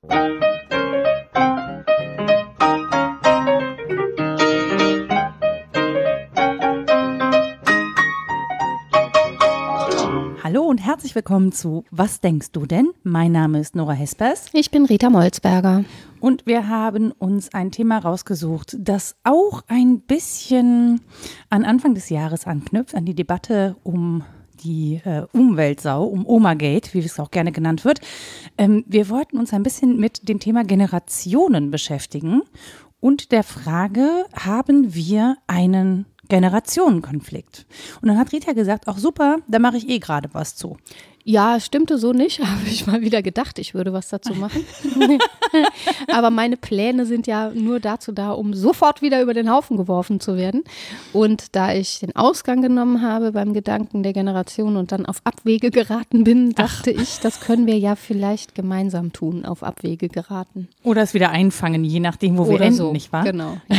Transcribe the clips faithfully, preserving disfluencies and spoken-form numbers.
Hallo und herzlich willkommen zu Was denkst du denn? Mein Name ist Nora Hespers. Ich bin Rita Molzberger. Und wir haben uns ein Thema rausgesucht, das auch ein bisschen an Anfang des Jahres anknüpft, an die Debatte um die äh, Umweltsau, um Omagate, wie es auch gerne genannt wird. Ähm, wir wollten uns ein bisschen mit dem Thema Generationen beschäftigen und der Frage, haben wir einen Generationenkonflikt? Und dann hat Rita gesagt, auch super, da mache ich eh gerade was zu. Ja, es stimmte so nicht, habe ich mal wieder gedacht, ich würde was dazu machen. Aber meine Pläne sind ja nur dazu da, um sofort wieder über den Haufen geworfen zu werden. Und da ich den Ausgang genommen habe beim Gedanken der Generation und dann auf Abwege geraten bin, dachte Ach. ich, das können wir ja vielleicht gemeinsam tun, auf Abwege geraten. Oder es wieder einfangen, je nachdem, wo wir Oder enden, so. Nicht wahr? Genau. Ja.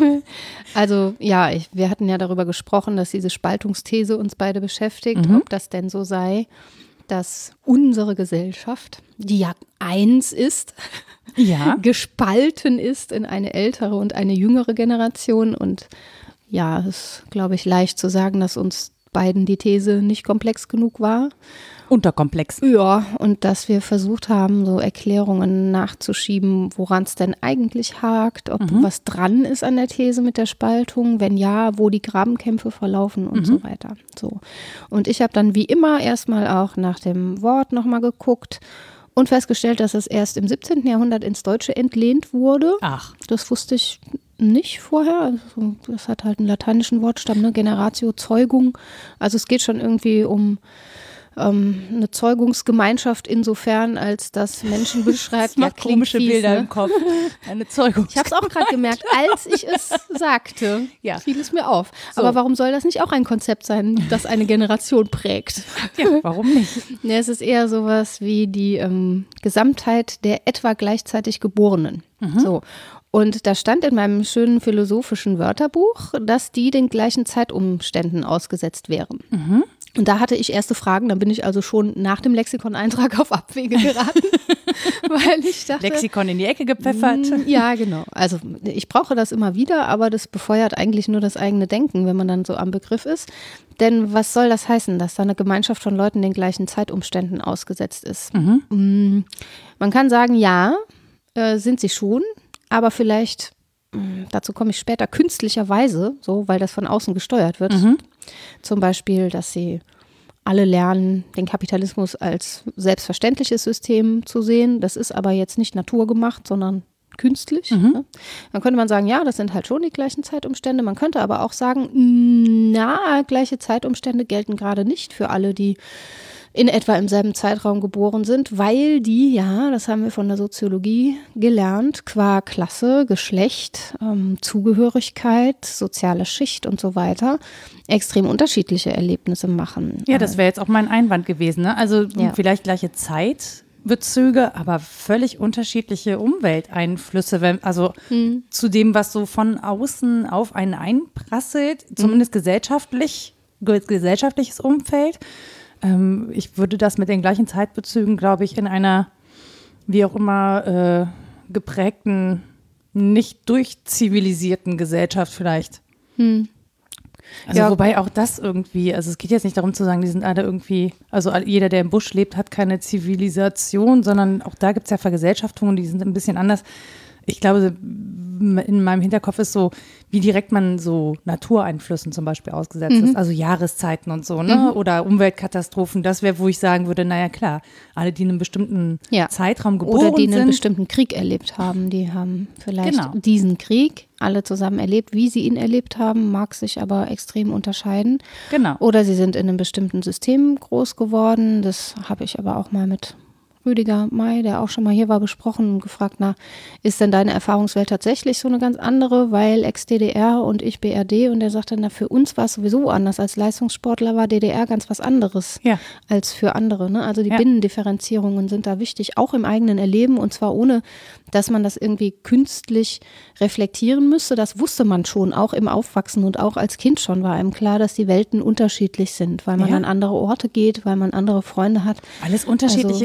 Also ja, ich, wir hatten ja darüber gesprochen, dass diese Spaltungsthese uns beide beschäftigt, mhm. ob das denn so sei, dass unsere Gesellschaft, die ja eins ist, ja. gespalten ist in eine ältere und eine jüngere Generation. Und ja, es ist, glaube ich, leicht zu sagen, dass uns beiden die These nicht komplex genug war. Unterkomplex. Ja, und dass wir versucht haben, so Erklärungen nachzuschieben, woran es denn eigentlich hakt, ob mhm. was dran ist an der These mit der Spaltung, wenn ja, wo die Grabenkämpfe verlaufen und mhm. so weiter. So. Und ich habe dann wie immer erstmal auch nach dem Wort nochmal geguckt und festgestellt, dass es erst im siebzehnten Jahrhundert ins Deutsche entlehnt wurde. Ach. Das wusste ich nicht vorher. Also das hat halt einen lateinischen Wortstamm, ne? Generatio, Zeugung. Also es geht schon irgendwie um ähm, eine Zeugungsgemeinschaft insofern, als dass Menschen beschreibt. Das macht ja, komische fies, Bilder ne? im Kopf. Eine Zeugung. Ich habe es auch gerade gemerkt, als ich es sagte, ja. fiel es mir auf. So. Aber warum soll das nicht auch ein Konzept sein, das eine Generation prägt? Ja, warum nicht? Ja, es ist eher sowas wie die ähm, Gesamtheit der etwa gleichzeitig Geborenen. Mhm. So. Und da stand in meinem schönen philosophischen Wörterbuch, dass die den gleichen Zeitumständen ausgesetzt wären. Mhm. Und da hatte ich erste Fragen, dann bin ich also schon nach dem Lexikon-Eintrag auf Abwege geraten, weil ich dachte… Lexikon in die Ecke gepfeffert. Ja, genau. Also ich brauche das immer wieder, aber das befeuert eigentlich nur das eigene Denken, wenn man dann so am Begriff ist. Denn was soll das heißen, dass da eine Gemeinschaft von Leuten den gleichen Zeitumständen ausgesetzt ist? Mhm. Man kann sagen, ja, äh, sind sie schon, aber vielleicht, mh, dazu komme ich später, künstlicherweise, so, weil das von außen gesteuert wird. Mhm. Zum Beispiel, dass sie alle lernen, den Kapitalismus als selbstverständliches System zu sehen. Das ist aber jetzt nicht naturgemacht, sondern künstlich. Mhm. Ne? Dann könnte man sagen, ja, das sind halt schon die gleichen Zeitumstände. Man könnte aber auch sagen, na, gleiche Zeitumstände gelten gerade nicht für alle, die in etwa im selben Zeitraum geboren sind, weil die, ja, das haben wir von der Soziologie gelernt, qua Klasse, Geschlecht, ähm, Zugehörigkeit, soziale Schicht und so weiter, extrem unterschiedliche Erlebnisse machen. Ja, das wäre jetzt auch mein Einwand gewesen, ne? Also ja. vielleicht gleiche Zeitbezüge, aber völlig unterschiedliche Umwelteinflüsse, wenn, also hm. zu dem, was so von außen auf einen einprasselt, zumindest hm. gesellschaftlich, gesellschaftliches Umfeld. Ich würde das mit den gleichen Zeitbezügen, glaube ich, in einer wie auch immer äh, geprägten, nicht durchzivilisierten Gesellschaft vielleicht. Hm. Also ja. Wobei auch das irgendwie, also es geht jetzt nicht darum zu sagen, die sind alle irgendwie, also jeder, der im Busch lebt, hat keine Zivilisation, sondern auch da gibt es ja Vergesellschaftungen, die sind ein bisschen anders. Ich glaube, in meinem Hinterkopf ist so, wie direkt man so Natureinflüssen zum Beispiel ausgesetzt mhm. ist, also Jahreszeiten und so, ne? Mhm. Oder Umweltkatastrophen, das wäre, wo ich sagen würde, naja klar, alle, die in einem bestimmten ja. Zeitraum geboren sind. Oder die einen sind. bestimmten Krieg erlebt haben, die haben vielleicht genau. diesen Krieg alle zusammen erlebt. Wie sie ihn erlebt haben, mag sich aber extrem unterscheiden. Genau. Oder sie sind in einem bestimmten System groß geworden, das habe ich aber auch mal mit Rüdiger May, der auch schon mal hier war, besprochen und gefragt, na, ist denn deine Erfahrungswelt tatsächlich so eine ganz andere, weil Ex-D D R und ich B R D, und er sagte, na, für uns war es sowieso anders. Als Leistungssportler war D D R ganz was anderes ja. als für andere. Ne? Also die ja. Binnendifferenzierungen sind da wichtig, auch im eigenen Erleben, und zwar ohne, dass man das irgendwie künstlich reflektieren müsste. Das wusste man schon, auch im Aufwachsen, und auch als Kind schon war einem klar, dass die Welten unterschiedlich sind, weil man ja. an andere Orte geht, weil man andere Freunde hat. Alles unterschiedliche also, kulturelle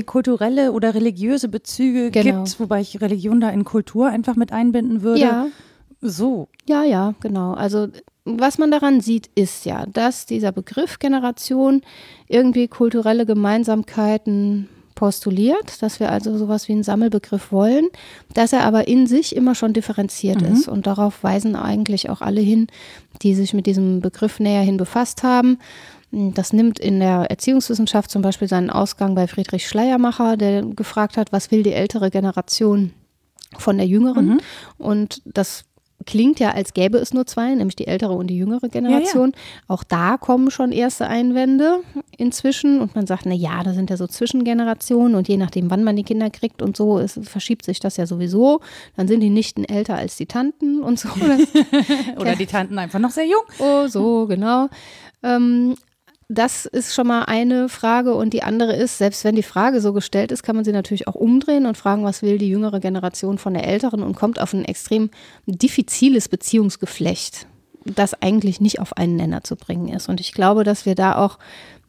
kulturelle oder religiöse Bezüge genau. gibt, wobei ich Religion da in Kultur einfach mit einbinden würde. Ja. So. Ja, ja, genau. Also was man daran sieht, ist ja, dass dieser Begriff Generation irgendwie kulturelle Gemeinsamkeiten postuliert, dass wir also sowas wie einen Sammelbegriff wollen, dass er aber in sich immer schon differenziert mhm. ist. Und darauf weisen eigentlich auch alle hin, die sich mit diesem Begriff näherhin befasst haben. Das nimmt in der Erziehungswissenschaft zum Beispiel seinen Ausgang bei Friedrich Schleiermacher, der gefragt hat, was will die ältere Generation von der jüngeren? Mhm. Und das klingt ja, als gäbe es nur zwei, nämlich die ältere und die jüngere Generation. Ja, ja. Auch da kommen schon erste Einwände inzwischen und man sagt, na ja, da sind ja so Zwischengenerationen und je nachdem, wann man die Kinder kriegt und so, es verschiebt sich das ja sowieso. Dann sind die Nichten älter als die Tanten und so. Oder die Tanten einfach noch sehr jung. Oh, so, genau. Ähm, Das ist schon mal eine Frage und die andere ist, selbst wenn die Frage so gestellt ist, kann man sie natürlich auch umdrehen und fragen, was will die jüngere Generation von der älteren und kommt auf ein extrem diffiziles Beziehungsgeflecht, das eigentlich nicht auf einen Nenner zu bringen ist. Und ich glaube, dass wir da auch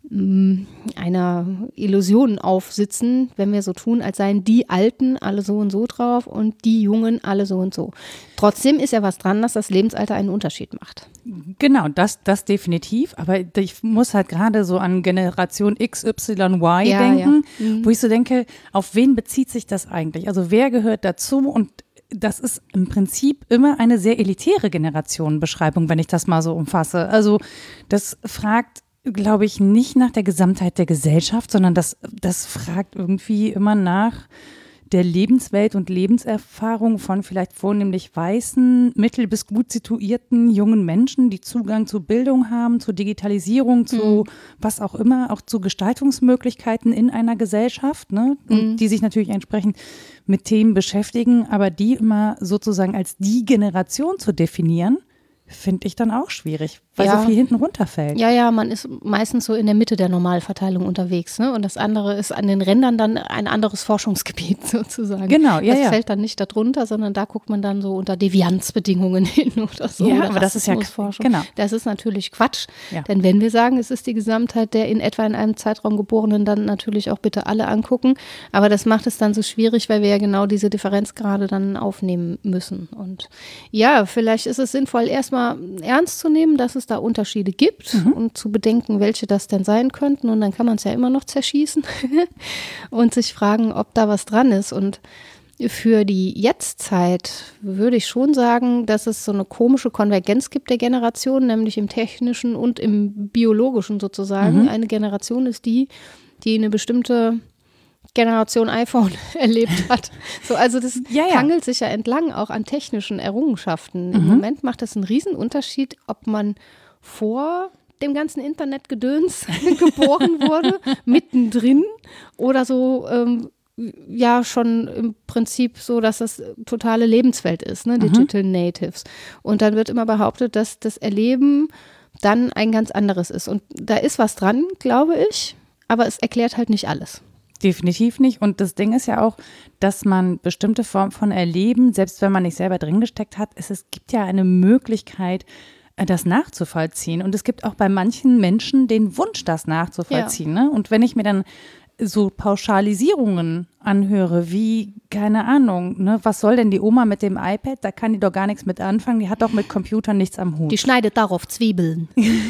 mh, einer Illusion aufsitzen, wenn wir so tun, als seien die Alten alle so und so drauf und die Jungen alle so und so. Trotzdem ist ja was dran, dass das Lebensalter einen Unterschied macht. Genau, das, das definitiv. Aber ich muss halt gerade so an Generation X, Y, Y ja, denken, ja. Mhm. wo ich so denke, auf wen bezieht sich das eigentlich? Also wer gehört dazu? Und das ist im Prinzip immer eine sehr elitäre Generationenbeschreibung, wenn ich das mal so umfasse. Also das fragt, glaube ich, nicht nach der Gesamtheit der Gesellschaft, sondern das, das fragt irgendwie immer nach der Lebenswelt und Lebenserfahrung von vielleicht vornehmlich weißen, mittel- bis gut situierten jungen Menschen, die Zugang zu Bildung haben, zu Digitalisierung, zu mhm. was auch immer, auch zu Gestaltungsmöglichkeiten in einer Gesellschaft, ne? Und mhm. die sich natürlich entsprechend mit Themen beschäftigen, aber die immer sozusagen als die Generation zu definieren, finde ich dann auch schwierig, weil ja. so viel hinten runterfällt. Ja, ja, man ist meistens so in der Mitte der Normalverteilung unterwegs, ne? Und das andere ist an den Rändern dann ein anderes Forschungsgebiet sozusagen. Genau, ja, das ja. fällt dann nicht darunter, sondern da guckt man dann so unter Devianzbedingungen hin oder so. Ja, oder aber das ist ja genau. Das ist natürlich Quatsch, ja. denn wenn wir sagen, es ist die Gesamtheit der in etwa in einem Zeitraum Geborenen, dann natürlich auch bitte alle angucken. Aber das macht es dann so schwierig, weil wir ja genau diese Differenzgrade dann aufnehmen müssen. Und ja, vielleicht ist es sinnvoll, erstmal ernst zu nehmen, dass es da Unterschiede gibt mhm. und zu bedenken, welche das denn sein könnten. Und dann kann man es ja immer noch zerschießen und sich fragen, ob da was dran ist. Und für die Jetztzeit würde ich schon sagen, dass es so eine komische Konvergenz gibt der Generationen, nämlich im technischen und im biologischen sozusagen. Mhm. Eine Generation ist die, die eine bestimmte Generation iPhone erlebt hat. So, also das ja, ja. hangelt sich ja entlang auch an technischen Errungenschaften. Mhm. Im Moment macht das einen Riesenunterschied, ob man vor dem ganzen Internetgedöns geboren wurde, mittendrin oder so, ähm, ja, schon im Prinzip so, dass das totale Lebenswelt ist, ne? Digital mhm. Natives. Und dann wird immer behauptet, dass das Erleben dann ein ganz anderes ist. Und da ist was dran, glaube ich, aber es erklärt halt nicht alles. Definitiv nicht. Und das Ding ist ja auch, dass man bestimmte Formen von Erleben, selbst wenn man nicht selber drin gesteckt hat, es, es gibt ja eine Möglichkeit, das nachzuvollziehen. Und es gibt auch bei manchen Menschen den Wunsch, das nachzuvollziehen. Ja. Ne? Und wenn ich mir dann so Pauschalisierungen anhöre, wie, keine Ahnung, ne, was soll denn die Oma mit dem iPad? Da kann die doch gar nichts mit anfangen. Die hat doch mit Computern nichts am Hut. Die schneidet darauf Zwiebeln.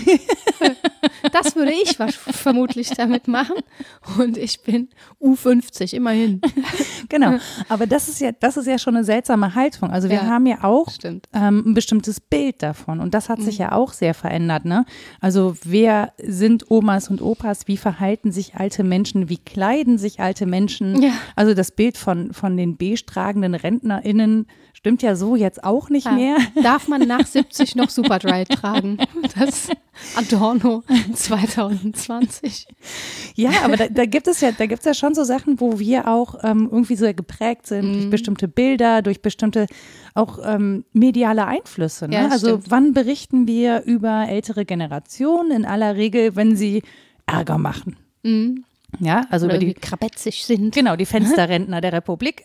Das würde ich vermutlich damit machen. Und ich bin U fünfzig, immerhin. Genau, aber das ist ja, das ist ja schon eine seltsame Haltung. Also wir ja, haben ja auch ähm, ein bestimmtes Bild davon. Und das hat sich mhm. ja auch sehr verändert. Ne? Also wer sind Omas und Opas? Wie verhalten sich alte Menschen? Wie kleiden sich alte Menschen? Ja. Also das Bild von, von den beige tragenden RentnerInnen stimmt ja so jetzt auch nicht ja. mehr. Darf man nach siebzig noch Superdry tragen? Das Adorno zwanzig zwanzig. Ja, aber da, da gibt es ja, da gibt es ja schon so Sachen, wo wir auch ähm, irgendwie so geprägt sind, mm. durch bestimmte Bilder, durch bestimmte auch ähm, mediale Einflüsse. Ne? Ja, also stimmt. Wann berichten wir über ältere Generationen? In aller Regel, wenn sie Ärger machen. Mm. Ja, also Oder über die krabetzig sind. Genau, die Fensterrentner der Republik.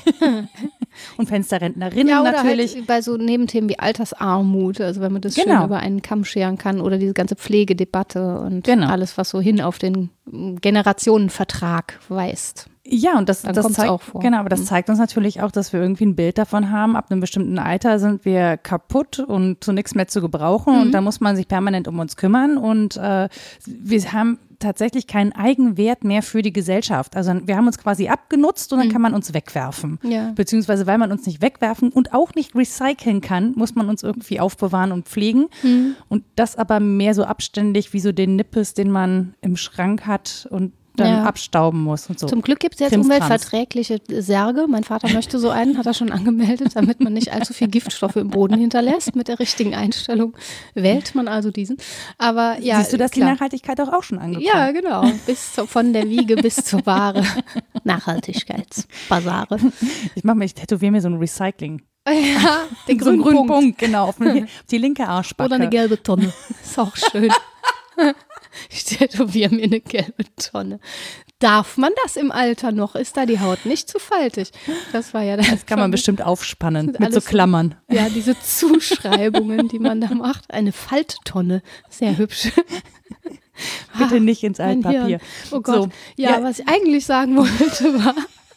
Und Fensterrentnerinnen ja, oder natürlich. Halt bei so Nebenthemen wie Altersarmut, also wenn man das genau. schön über einen Kamm scheren kann oder diese ganze Pflegedebatte und genau. alles, was so hin auf den Generationenvertrag weist. Ja, und das, Dann das kommt's zeigt, auch vor. genau, aber das zeigt uns natürlich auch, dass wir irgendwie ein Bild davon haben, ab einem bestimmten Alter sind wir kaputt und zu nichts mehr zu gebrauchen, mhm. und da muss man sich permanent um uns kümmern, und äh, wir haben tatsächlich keinen Eigenwert mehr für die Gesellschaft. Also wir haben uns quasi abgenutzt und dann mhm. kann man uns wegwerfen. Ja. Beziehungsweise weil man uns nicht wegwerfen und auch nicht recyceln kann, muss man uns irgendwie aufbewahren und pflegen. Mhm. Und das aber mehr so abständig wie so den Nippes, den man im Schrank hat und dann ja. abstauben muss und so. Zum Glück gibt es jetzt umweltverträgliche Särge. Mein Vater möchte so einen, hat er schon angemeldet, damit man nicht allzu viel Giftstoffe im Boden hinterlässt. Mit der richtigen Einstellung wählt man also diesen. Aber ja, siehst du, dass klar. die Nachhaltigkeit auch, auch schon angekommen? Ja, genau. Bis zu, von der Wiege bis zur Ware. Nachhaltigkeitsbasare. Ich mache mir, ich tätowiere mir so ein Recycling. Ja, den so grünen, grünen Punkt. Punkt, genau, auf die, auf die linke Arschbacke. Oder eine gelbe Tonne. Ist auch schön. Ich tätowiere mir eine gelbe Tonne. Darf man das im Alter noch? Ist da die Haut nicht zu faltig? Das war ja das. Das kann man bestimmt aufspannen mit so Klammern. So, ja, diese Zuschreibungen, die man da macht. Eine Falttonne. Sehr hübsch. Bitte nicht ins Altpapier. Oh Gott. So. Ja, ja, was ich eigentlich sagen wollte, war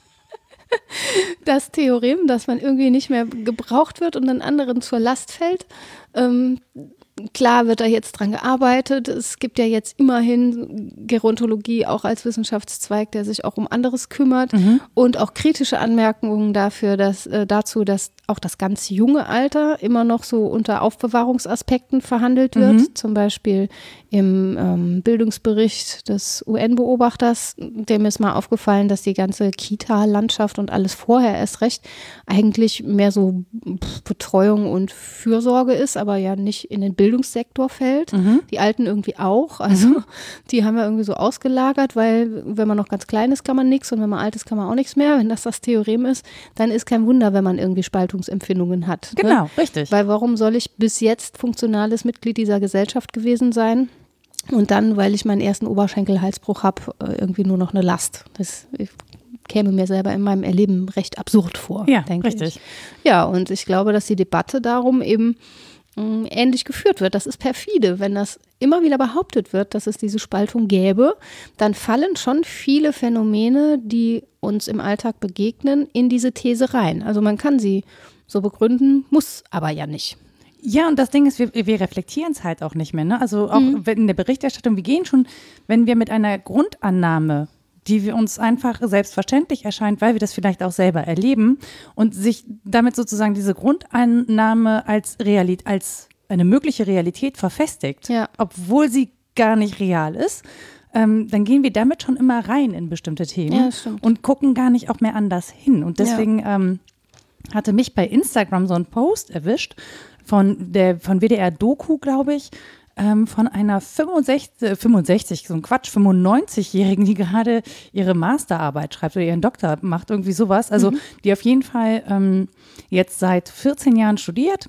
das Theorem, dass man irgendwie nicht mehr gebraucht wird und dann anderen zur Last fällt. Ähm, Klar wird da jetzt dran gearbeitet. Es gibt ja jetzt immerhin Gerontologie auch als Wissenschaftszweig, der sich auch um anderes kümmert, mhm. und auch kritische Anmerkungen dafür, dass, äh, dazu, dass auch das ganz junge Alter immer noch so unter Aufbewahrungsaspekten verhandelt wird. Mhm. Zum Beispiel im ähm, Bildungsbericht des U N-Beobachters, dem ist mal aufgefallen, dass die ganze Kita-Landschaft und alles vorher erst recht eigentlich mehr so Betreuung und Fürsorge ist, aber ja nicht in den Bildungssektor fällt. Mhm. Die Alten irgendwie auch. Also mhm. die haben ja irgendwie so ausgelagert, weil wenn man noch ganz klein ist, kann man nichts, und wenn man alt ist, kann man auch nichts mehr. Wenn das das Theorem ist, dann ist kein Wunder, wenn man irgendwie Spaltungsempfindungen hat. Genau, ne? richtig. Weil warum soll ich bis jetzt funktionales Mitglied dieser Gesellschaft gewesen sein? Und dann, weil ich meinen ersten Oberschenkelhalsbruch habe, irgendwie nur noch eine Last. Das käme mir selber in meinem Erleben recht absurd vor, ja, denke richtig. ich. Ja, und ich glaube, dass die Debatte darum eben mh, ähnlich geführt wird. Das ist perfide. Wenn das immer wieder behauptet wird, dass es diese Spaltung gäbe, dann fallen schon viele Phänomene, die uns im Alltag begegnen, in diese These rein. Also man kann sie so begründen, muss aber ja nicht. Ja, und das Ding ist, wir, wir reflektieren es halt auch nicht mehr. Ne? Also auch mhm. in der Berichterstattung, wir gehen schon, wenn wir mit einer Grundannahme, die wir uns einfach selbstverständlich erscheint, weil wir das vielleicht auch selber erleben, und sich damit sozusagen diese Grundannahme als Realität, als eine mögliche Realität verfestigt, ja. obwohl sie gar nicht real ist, ähm, dann gehen wir damit schon immer rein in bestimmte Themen ja, stimmt. und gucken gar nicht auch mehr anders hin. Und deswegen ja. ähm, hatte mich bei Instagram so ein Post erwischt, von der von W D R-Doku, glaube ich, ähm, von einer fünfundsechzig, fünfundsechzig, so ein Quatsch, fünfundneunzigjährigen, die gerade ihre Masterarbeit schreibt oder ihren Doktor macht, irgendwie sowas. Also mhm. die auf jeden Fall ähm, jetzt seit vierzehn Jahren studiert.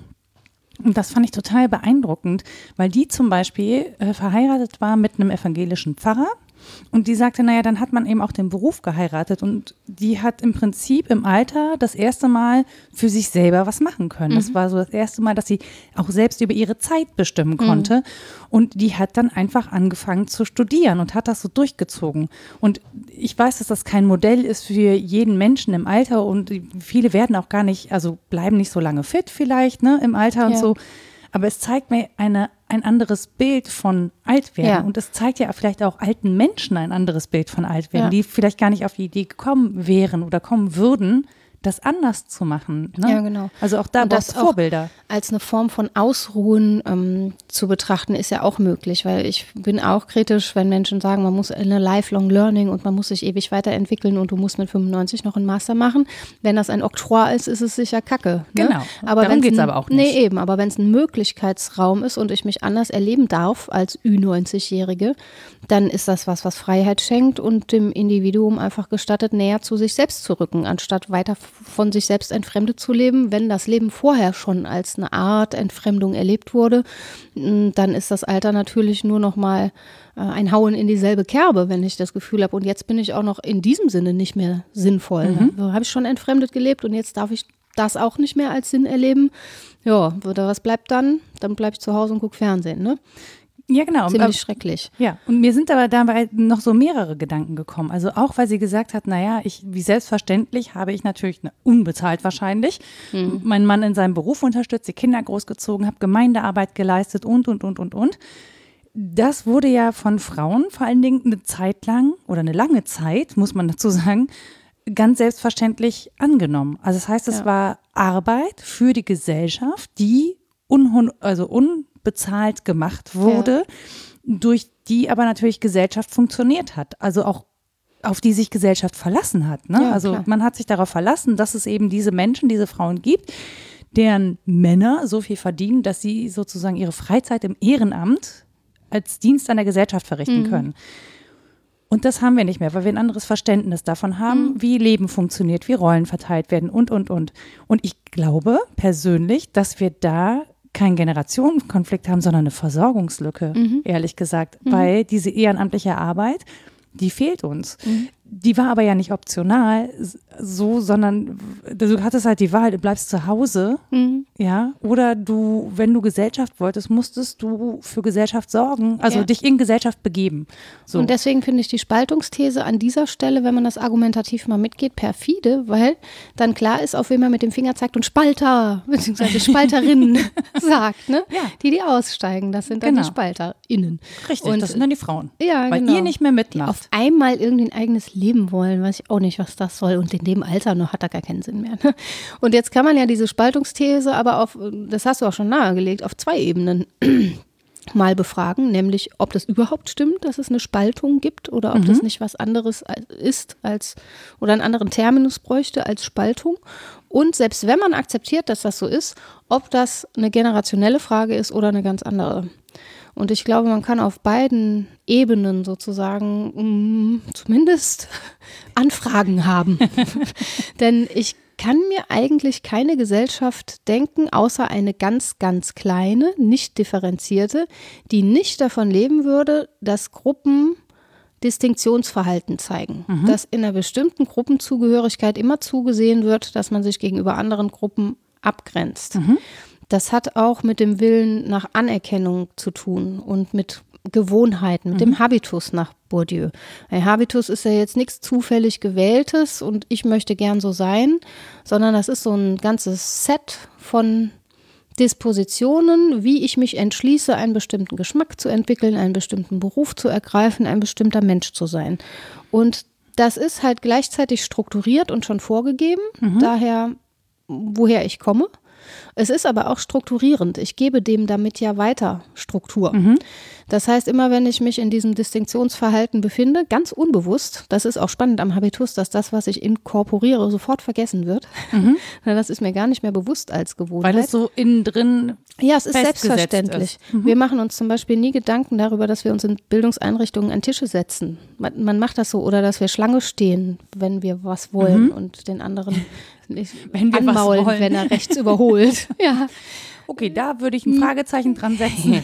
Und das fand ich total beeindruckend, weil die zum Beispiel äh, verheiratet war mit einem evangelischen Pfarrer. Und die sagte, naja, dann hat man eben auch den Beruf geheiratet, und die hat im Prinzip im Alter das erste Mal für sich selber was machen können. Mhm. Das war so das erste Mal, dass sie auch selbst über ihre Zeit bestimmen konnte. Mhm. Und die hat dann einfach angefangen zu studieren und hat das so durchgezogen. Und ich weiß, dass das kein Modell ist für jeden Menschen im Alter, und viele werden auch gar nicht, also bleiben nicht so lange fit vielleicht, ne, im Alter und ja. so. Aber es zeigt mir eine, ein anderes Bild von Altwerden. Ja. Und es zeigt ja vielleicht auch alten Menschen ein anderes Bild von Altwerden, ja. die vielleicht gar nicht auf die Idee gekommen wären oder kommen würden, das anders zu machen. Ne? Ja, genau. Also auch da brauchst du Vorbilder. Als eine Form von Ausruhen ähm, zu betrachten, ist ja auch möglich, weil ich bin auch kritisch, wenn Menschen sagen, man muss eine Lifelong Learning und man muss sich ewig weiterentwickeln und du musst mit fünfundneunzig noch einen Master machen. Wenn das ein Oktroi ist, ist es sicher Kacke. Ne? Genau, aber darum geht es aber auch nicht. Nee, eben, aber wenn es ein Möglichkeitsraum ist und ich mich anders erleben darf als Ü neunzig-Jährige, dann ist das was, was Freiheit schenkt und dem Individuum einfach gestattet, näher zu sich selbst zu rücken, anstatt weiter von sich selbst entfremdet zu leben. Wenn das Leben vorher schon als eine Art Entfremdung erlebt wurde, dann ist das Alter natürlich nur noch mal ein Hauen in dieselbe Kerbe, wenn ich das Gefühl habe, und jetzt bin ich auch noch in diesem Sinne nicht mehr sinnvoll. Mhm. Ne? Habe ich schon entfremdet gelebt und jetzt darf ich das auch nicht mehr als Sinn erleben. Ja, oder was bleibt dann? Dann bleibe ich zu Hause und gucke Fernsehen, ne? Ja, genau. Ziemlich aber, schrecklich. Ja, und mir sind aber dabei noch so mehrere Gedanken gekommen. Also auch, weil sie gesagt hat, naja, ich, wie selbstverständlich habe ich natürlich, ne, unbezahlt wahrscheinlich, mhm. meinen Mann in seinem Beruf unterstützt, die Kinder großgezogen, habe Gemeindearbeit geleistet und, und, und, und, und. Das wurde ja von Frauen vor allen Dingen eine Zeit lang oder eine lange Zeit, muss man dazu sagen, ganz selbstverständlich angenommen. Also das heißt, es ja. war Arbeit für die Gesellschaft, die unhun- also unbezahlt gemacht wurde, ja. durch die aber natürlich Gesellschaft funktioniert hat. Also auch auf die sich Gesellschaft verlassen hat. Ne? Ja, also klar. man hat sich darauf verlassen, dass es eben diese Menschen, diese Frauen gibt, deren Männer so viel verdienen, dass sie sozusagen ihre Freizeit im Ehrenamt als Dienst an der Gesellschaft verrichten mhm. können. Und das haben wir nicht mehr, weil wir ein anderes Verständnis davon haben, mhm. wie Leben funktioniert, wie Rollen verteilt werden und, und, und. Und ich glaube persönlich, dass wir da keinen Generationenkonflikt haben, sondern eine Versorgungslücke, mhm. ehrlich gesagt. Mhm. Weil diese ehrenamtliche Arbeit, die fehlt uns. Mhm. Die war aber ja nicht optional so, sondern du hattest halt die Wahl, du bleibst zu Hause, mhm. ja, oder du, wenn du Gesellschaft wolltest, musstest du für Gesellschaft sorgen, also ja. dich in Gesellschaft begeben. So. Und deswegen finde ich die Spaltungsthese an dieser Stelle, wenn man das argumentativ mal mitgeht, perfide, weil dann klar ist, auf wen man mit dem Finger zeigt und Spalter, beziehungsweise Spalterinnen sagt, ne? Ja. Die, die aussteigen, das sind dann genau. die SpalterInnen. Richtig, und das sind dann die Frauen. Ja, weil genau. ihr nicht mehr mitmacht. Die auf einmal irgendwie ein eigenes leben wollen, weiß ich auch nicht, was das soll. Und in dem Alter noch hat da gar keinen Sinn mehr. Und jetzt kann man ja diese Spaltungsthese aber auf, das hast du auch schon nahegelegt, auf zwei Ebenen mal befragen, nämlich ob das überhaupt stimmt, dass es eine Spaltung gibt oder ob mhm. das nicht was anderes ist als oder einen anderen Terminus bräuchte als Spaltung. Und selbst wenn man akzeptiert, dass das so ist, ob das eine generationelle Frage ist oder eine ganz andere. Und ich glaube, man kann auf beiden Ebenen sozusagen um, zumindest Anfragen haben. Denn ich kann mir eigentlich keine Gesellschaft denken, außer eine ganz, ganz kleine, nicht differenzierte, die nicht davon leben würde, dass Gruppen Distinktionsverhalten zeigen. Mhm. Dass in einer bestimmten Gruppenzugehörigkeit immer zugesehen wird, dass man sich gegenüber anderen Gruppen abgrenzt. Mhm. Das hat auch mit dem Willen nach Anerkennung zu tun und mit Gewohnheiten, mit mhm. dem Habitus nach Bourdieu. Ein Habitus ist ja jetzt nichts zufällig Gewähltes und ich möchte gern so sein, sondern das ist so ein ganzes Set von Dispositionen, wie ich mich entschließe, einen bestimmten Geschmack zu entwickeln, einen bestimmten Beruf zu ergreifen, ein bestimmter Mensch zu sein. Und das ist halt gleichzeitig strukturiert und schon vorgegeben, mhm. daher, woher ich komme. Es ist aber auch strukturierend. Ich gebe dem damit ja weiter Struktur. Mhm. Das heißt, immer wenn ich mich in diesem Distinktionsverhalten befinde, ganz unbewusst, das ist auch spannend am Habitus, dass das, was ich inkorporiere, sofort vergessen wird. Mhm. Das ist mir gar nicht mehr bewusst als Gewohnheit. Weil es so innen drin Ja, es ist selbstverständlich. Ist. Mhm. Wir machen uns zum Beispiel nie Gedanken darüber, dass wir uns in Bildungseinrichtungen an Tische setzen. Man, man macht das so, oder dass wir Schlange stehen, wenn wir was wollen mhm. und den anderen nicht wenn wir anmaulen, was wollen. Wenn er rechts überholt. Ja. Okay, da würde ich ein Fragezeichen dran setzen.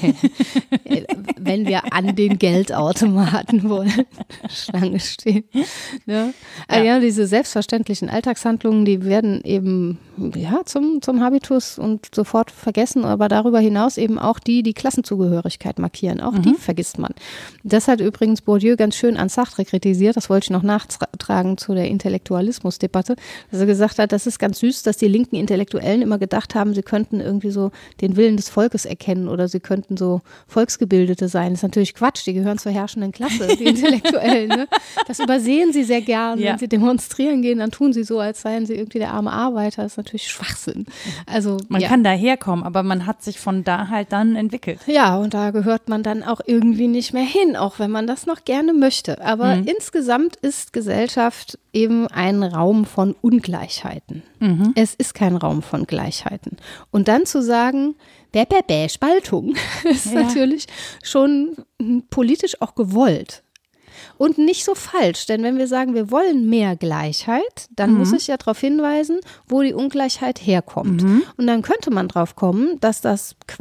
Wenn wir an den Geldautomaten wollen, Schlange stehen. Ne? Ja. Ja, diese selbstverständlichen Alltagshandlungen, die werden eben ja, zum, zum Habitus und sofort vergessen, aber darüber hinaus eben auch die, die Klassenzugehörigkeit markieren. Auch mhm. die vergisst man. Das hat übrigens Bourdieu ganz schön an Sartre kritisiert, das wollte ich noch nachtragen zu der Intellektualismusdebatte, dass er gesagt hat, das ist ganz süß, dass die linken Intellektuellen immer gedacht haben, sie könnten irgendwie so den Willen des Volkes erkennen oder sie könnten so Volksgebildete sein. Das ist natürlich Quatsch, die gehören zur herrschenden Klasse, die Intellektuellen. Ne? Das übersehen sie sehr gern. Ja. Wenn sie demonstrieren gehen, dann tun sie so, als seien sie irgendwie der arme Arbeiter. Das ist natürlich Schwachsinn. Also, man ja. kann daherkommen, aber man hat sich von da halt dann entwickelt. Ja, und da gehört man dann auch irgendwie nicht mehr hin, auch wenn man das noch gerne möchte. Aber mhm. insgesamt ist Gesellschaft eben ein Raum von Ungleichheiten. Mhm. Es ist kein Raum von Gleichheiten. Und dann zu sagen, bäh, bäh, bäh, Spaltung, ist ja. natürlich schon politisch auch gewollt. Und nicht so falsch, denn wenn wir sagen, wir wollen mehr Gleichheit, dann mhm. muss ich ja darauf hinweisen, wo die Ungleichheit herkommt. Mhm. Und dann könnte man drauf kommen, dass das qua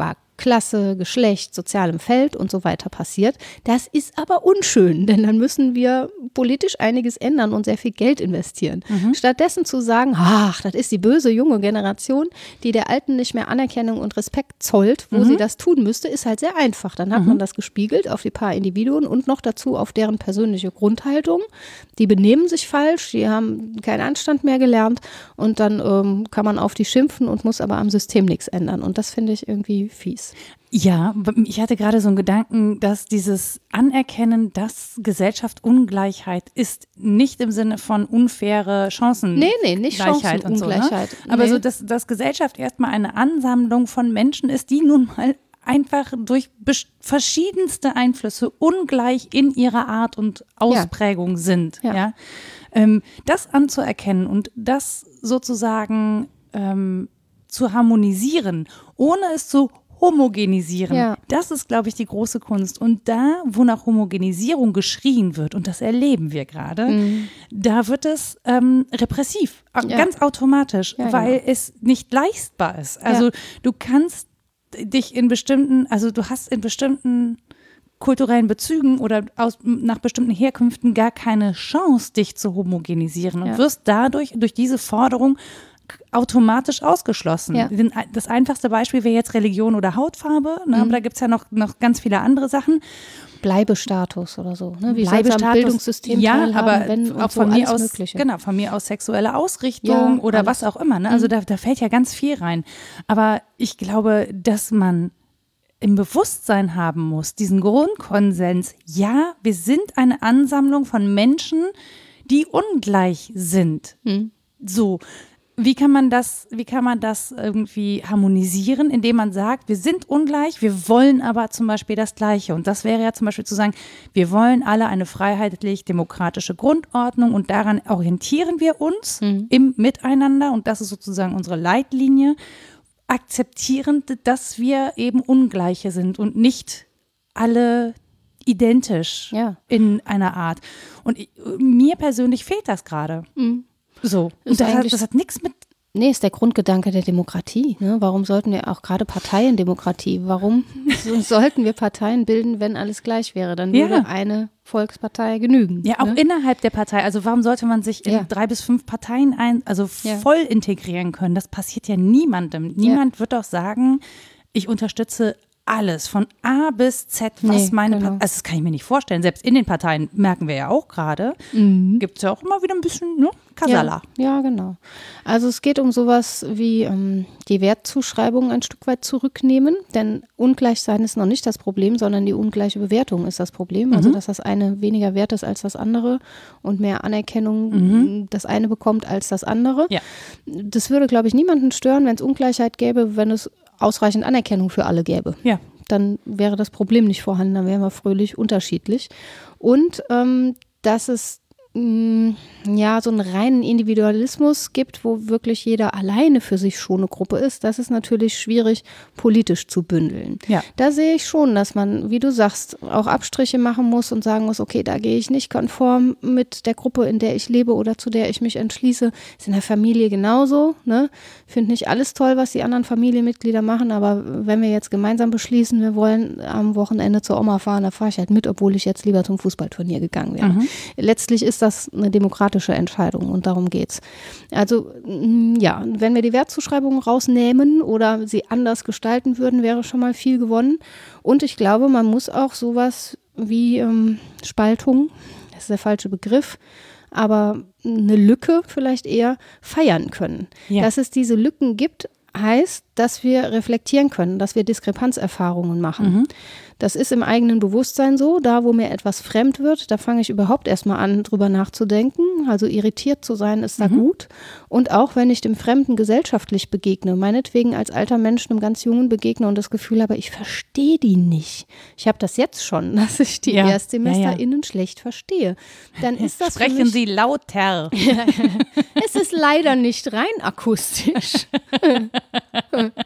Klasse, Geschlecht, sozialem Feld und so weiter passiert. Das ist aber unschön, denn dann müssen wir politisch einiges ändern und sehr viel Geld investieren. Mhm. Stattdessen zu sagen, ach, das ist die böse junge Generation, die der Alten nicht mehr Anerkennung und Respekt zollt, wo mhm. sie das tun müsste, ist halt sehr einfach. Dann hat mhm. man das gespiegelt auf die paar Individuen und noch dazu auf deren persönliche Grundhaltung. Die benehmen sich falsch, die haben keinen Anstand mehr gelernt und dann ähm, kann man auf die schimpfen und muss aber am System nichts ändern. Und das finde ich irgendwie fies. Ja, ich hatte gerade so einen Gedanken, dass dieses Anerkennen, dass Gesellschaft Ungleichheit ist, nicht im Sinne von unfaire Chancen. Nee, nee, nicht Chancenungleichheit und so, ne? Aber nee. so, dass, dass Gesellschaft erstmal eine Ansammlung von Menschen ist, die nun mal einfach durch verschiedenste Einflüsse ungleich in ihrer Art und Ausprägung ja. sind. Ja. Ja? Ähm, das anzuerkennen und das sozusagen ähm, zu harmonisieren, ohne es zu homogenisieren. Ja. Das ist, glaube ich, die große Kunst. Und da, wo nach Homogenisierung geschrien wird, und das erleben wir gerade, mhm. da wird es ähm, repressiv, ja. ganz automatisch, ja, weil genau. es nicht leistbar ist. Also ja. du kannst dich in bestimmten, also du hast in bestimmten kulturellen Bezügen oder aus, nach bestimmten Herkünften gar keine Chance, dich zu homogenisieren und ja. wirst dadurch, durch diese Forderung automatisch ausgeschlossen. Ja. Das einfachste Beispiel wäre jetzt Religion oder Hautfarbe, ne? mhm. aber da gibt es ja noch, noch ganz viele andere Sachen. Bleibestatus oder so. Ne? Wie Bleibestatus, am Bildungssystem ja, teilhaben, aber wenn auch so von mir aus, Mögliche. Genau, von mir aus sexuelle Ausrichtung ja, oder alles. Was auch immer. Ne? Also mhm. da, da fällt ja ganz viel rein. Aber ich glaube, dass man im Bewusstsein haben muss, diesen Grundkonsens, ja, wir sind eine Ansammlung von Menschen, die ungleich sind. Mhm. So. Wie kann man das, wie kann man das irgendwie harmonisieren, indem man sagt, wir sind ungleich, wir wollen aber zum Beispiel das Gleiche. Und das wäre ja zum Beispiel zu sagen, wir wollen alle eine freiheitlich-demokratische Grundordnung und daran orientieren wir uns mhm. im Miteinander. Und das ist sozusagen unsere Leitlinie, akzeptierend, dass wir eben Ungleiche sind und nicht alle identisch ja. in einer Art. Und ich, mir persönlich fehlt das gerade. Mhm. So, und das hat, das hat nichts mit. Nee, ist der Grundgedanke der Demokratie. Ne? Warum sollten wir auch gerade Parteiendemokratie, warum sollten wir Parteien bilden, wenn alles gleich wäre? Dann würde ja. eine Volkspartei genügen. Ja, auch ne? innerhalb der Partei. Also warum sollte man sich in ja. drei bis fünf Parteien ein, also ja. voll integrieren können? Das passiert ja niemandem. Niemand ja. wird doch sagen, ich unterstütze alles, von A bis Z, was nee, meine genau. Partei, also das kann ich mir nicht vorstellen. Selbst in den Parteien merken wir ja auch gerade, mhm. gibt es ja auch immer wieder ein bisschen, ne, Kasala. Ja, ja, genau. Also es geht um sowas wie ähm, die Wertzuschreibung ein Stück weit zurücknehmen, denn Ungleichsein ist noch nicht das Problem, sondern die ungleiche Bewertung ist das Problem. Mhm. Also dass das eine weniger wert ist als das andere und mehr Anerkennung mhm. das eine bekommt als das andere. Ja. Das würde, glaube ich, niemanden stören, wenn es Ungleichheit gäbe, wenn es ausreichend Anerkennung für alle gäbe. Ja. Dann wäre das Problem nicht vorhanden, dann wären wir fröhlich unterschiedlich. Und ähm, dass es mh, ja so einen reinen Individualismus gibt, wo wirklich jeder alleine für sich schon eine Gruppe ist, das ist natürlich schwierig politisch zu bündeln. Ja. Da sehe ich schon, dass man, wie du sagst, auch Abstriche machen muss und sagen muss, okay, da gehe ich nicht konform mit der Gruppe, in der ich lebe oder zu der ich mich entschließe. Ist in der Familie genauso, ne? Finde nicht alles toll, was die anderen Familienmitglieder machen, aber wenn wir jetzt gemeinsam beschließen, wir wollen am Wochenende zur Oma fahren, da fahre ich halt mit, obwohl ich jetzt lieber zum Fußballturnier gegangen wäre. Mhm. Letztlich ist das eine demokratische Entscheidung und darum geht's. Also ja, wenn wir die Wertzuschreibungen rausnehmen oder sie anders gestalten würden, wäre schon mal viel gewonnen. Und ich glaube, man muss auch sowas wie ähm, Spaltung, das ist der falsche Begriff, aber eine Lücke vielleicht eher feiern können. Ja. Dass es diese Lücken gibt, heißt, dass wir reflektieren können, dass wir Diskrepanzerfahrungen machen. Mhm. Das ist im eigenen Bewusstsein so, da wo mir etwas fremd wird, da fange ich überhaupt erstmal an, drüber nachzudenken. Also irritiert zu sein ist da mhm. gut. Und auch wenn ich dem Fremden gesellschaftlich begegne, meinetwegen als alter Mensch einem ganz Jungen begegne und das Gefühl habe, ich verstehe die nicht. Ich habe das jetzt schon, dass ich die ja. ErstsemesterInnen ja, ja. schlecht verstehe. Dann ist das Sprechen für mich, Sie lauter. Es ist leider nicht rein akustisch. Ich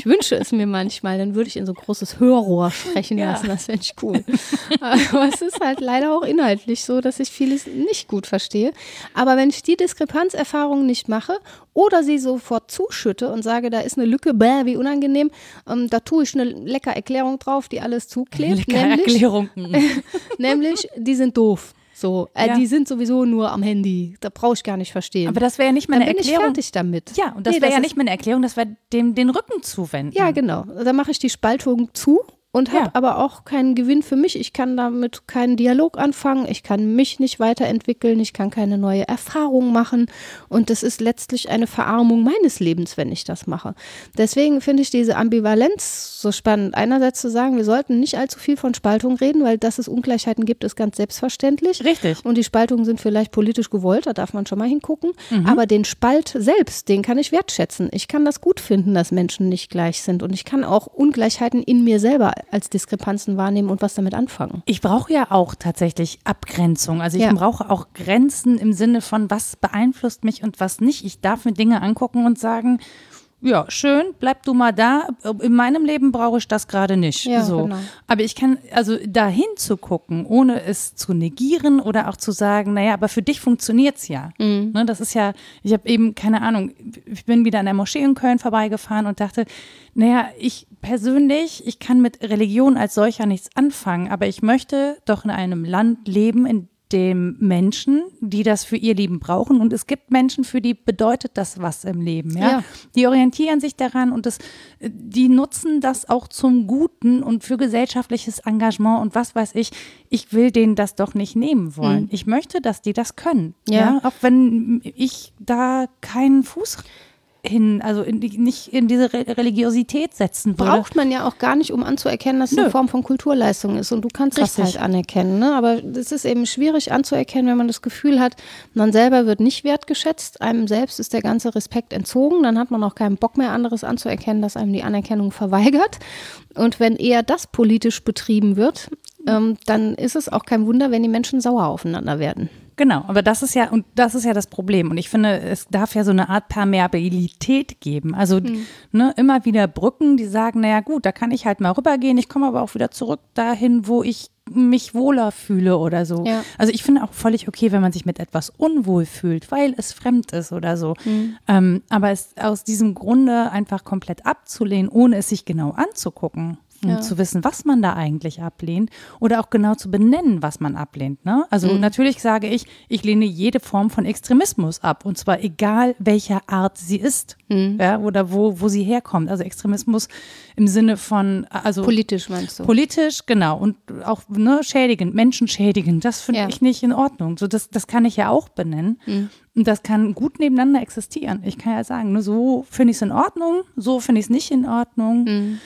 Ich wünsche es mir manchmal, dann würde ich in so ein großes Hörrohr sprechen ja. lassen, das fände ich cool. Aber es ist halt leider auch inhaltlich so, dass ich vieles nicht gut verstehe. Aber wenn ich die Diskrepanzerfahrung nicht mache oder sie sofort zuschütte und sage, da ist eine Lücke, bäh, wie unangenehm, ähm, da tue ich eine lecker Erklärung drauf, die alles zuklebt. Lecker nämlich, Erklärung. nämlich, die sind doof. So, äh, ja. die sind sowieso nur am Handy. Da brauche ich gar nicht verstehen. Aber das wäre ja nicht meine Dann bin Erklärung. Ich fertig damit. Ja, und das nee, wäre ja nicht meine Erklärung, das wäre dem den Rücken zuwenden. Ja, genau. Da mache ich die Spaltung zu und habe ja. aber auch keinen Gewinn für mich. Ich kann damit keinen Dialog anfangen. Ich kann mich nicht weiterentwickeln. Ich kann keine neue Erfahrung machen. Und das ist letztlich eine Verarmung meines Lebens, wenn ich das mache. Deswegen finde ich diese Ambivalenz so spannend. Einerseits zu sagen, wir sollten nicht allzu viel von Spaltung reden, weil dass es Ungleichheiten gibt, ist ganz selbstverständlich. Richtig. Und die Spaltungen sind vielleicht politisch gewollt, da darf man schon mal hingucken. Mhm. Aber den Spalt selbst, den kann ich wertschätzen. Ich kann das gut finden, dass Menschen nicht gleich sind. Und ich kann auch Ungleichheiten in mir selber als Diskrepanzen wahrnehmen und was damit anfangen. Ich brauche ja auch tatsächlich Abgrenzung. Also ich ja. brauche auch Grenzen im Sinne von, was beeinflusst mich und was nicht. Ich darf mir Dinge angucken und sagen, ja, schön, bleib du mal da. In meinem Leben brauche ich das gerade nicht. Ja, so. Genau. Aber ich kann, also dahin zu gucken, ohne es zu negieren oder auch zu sagen, naja, aber für dich funktioniert es ja. Mhm. Ne, das ist ja, ich habe eben, keine Ahnung, ich bin wieder an der Moschee in Köln vorbeigefahren und dachte, naja, ich persönlich, ich kann mit Religion als solcher nichts anfangen, aber ich möchte doch in einem Land leben, in dem Menschen, die das für ihr Leben brauchen. Und es gibt Menschen, für die bedeutet das was im Leben. Ja? Ja. Die orientieren sich daran und das, die nutzen das auch zum Guten und für gesellschaftliches Engagement und was weiß ich. Ich will denen das doch nicht nehmen wollen. Mhm. Ich möchte, dass die das können. Ja. Ja? Auch wenn ich da keinen Fuß hin, also in die, nicht in diese Re- Religiosität setzen würde. Braucht man ja auch gar nicht, um anzuerkennen, dass es eine Form von Kulturleistung ist und du kannst Richtig. Das halt anerkennen. Ne? Aber es ist eben schwierig anzuerkennen, wenn man das Gefühl hat, man selber wird nicht wertgeschätzt, einem selbst ist der ganze Respekt entzogen, dann hat man auch keinen Bock mehr, anderes anzuerkennen, dass einem die Anerkennung verweigert. Und wenn eher das politisch betrieben wird, ähm, dann ist es auch kein Wunder, wenn die Menschen sauer aufeinander werden. Genau, aber das ist ja, und das ist ja das Problem. Und ich finde, es darf ja so eine Art Permeabilität geben. Also hm. ne, immer wieder Brücken, die sagen, naja gut, da kann ich halt mal rübergehen, ich komme aber auch wieder zurück dahin, wo ich mich wohler fühle oder so. Ja. Also ich finde auch völlig okay, wenn man sich mit etwas unwohl fühlt, weil es fremd ist oder so. Hm. Ähm, aber es aus diesem Grunde einfach komplett abzulehnen, ohne es sich genau anzugucken. Um ja. zu wissen, was man da eigentlich ablehnt oder auch genau zu benennen, was man ablehnt. Ne? Also mhm. natürlich sage ich, ich lehne jede Form von Extremismus ab und zwar egal, welcher Art sie ist mhm. ja, oder wo, wo sie herkommt. Also Extremismus im Sinne von, also politisch meinst du? Politisch, genau. Und auch ne, schädigend, menschenschädigend, das finde ja. ich nicht in Ordnung. So, das, das kann ich ja auch benennen. Mhm. Und das kann gut nebeneinander existieren. Ich kann ja sagen, ne, so finde ich es in Ordnung, so finde ich es nicht in Ordnung. Mhm.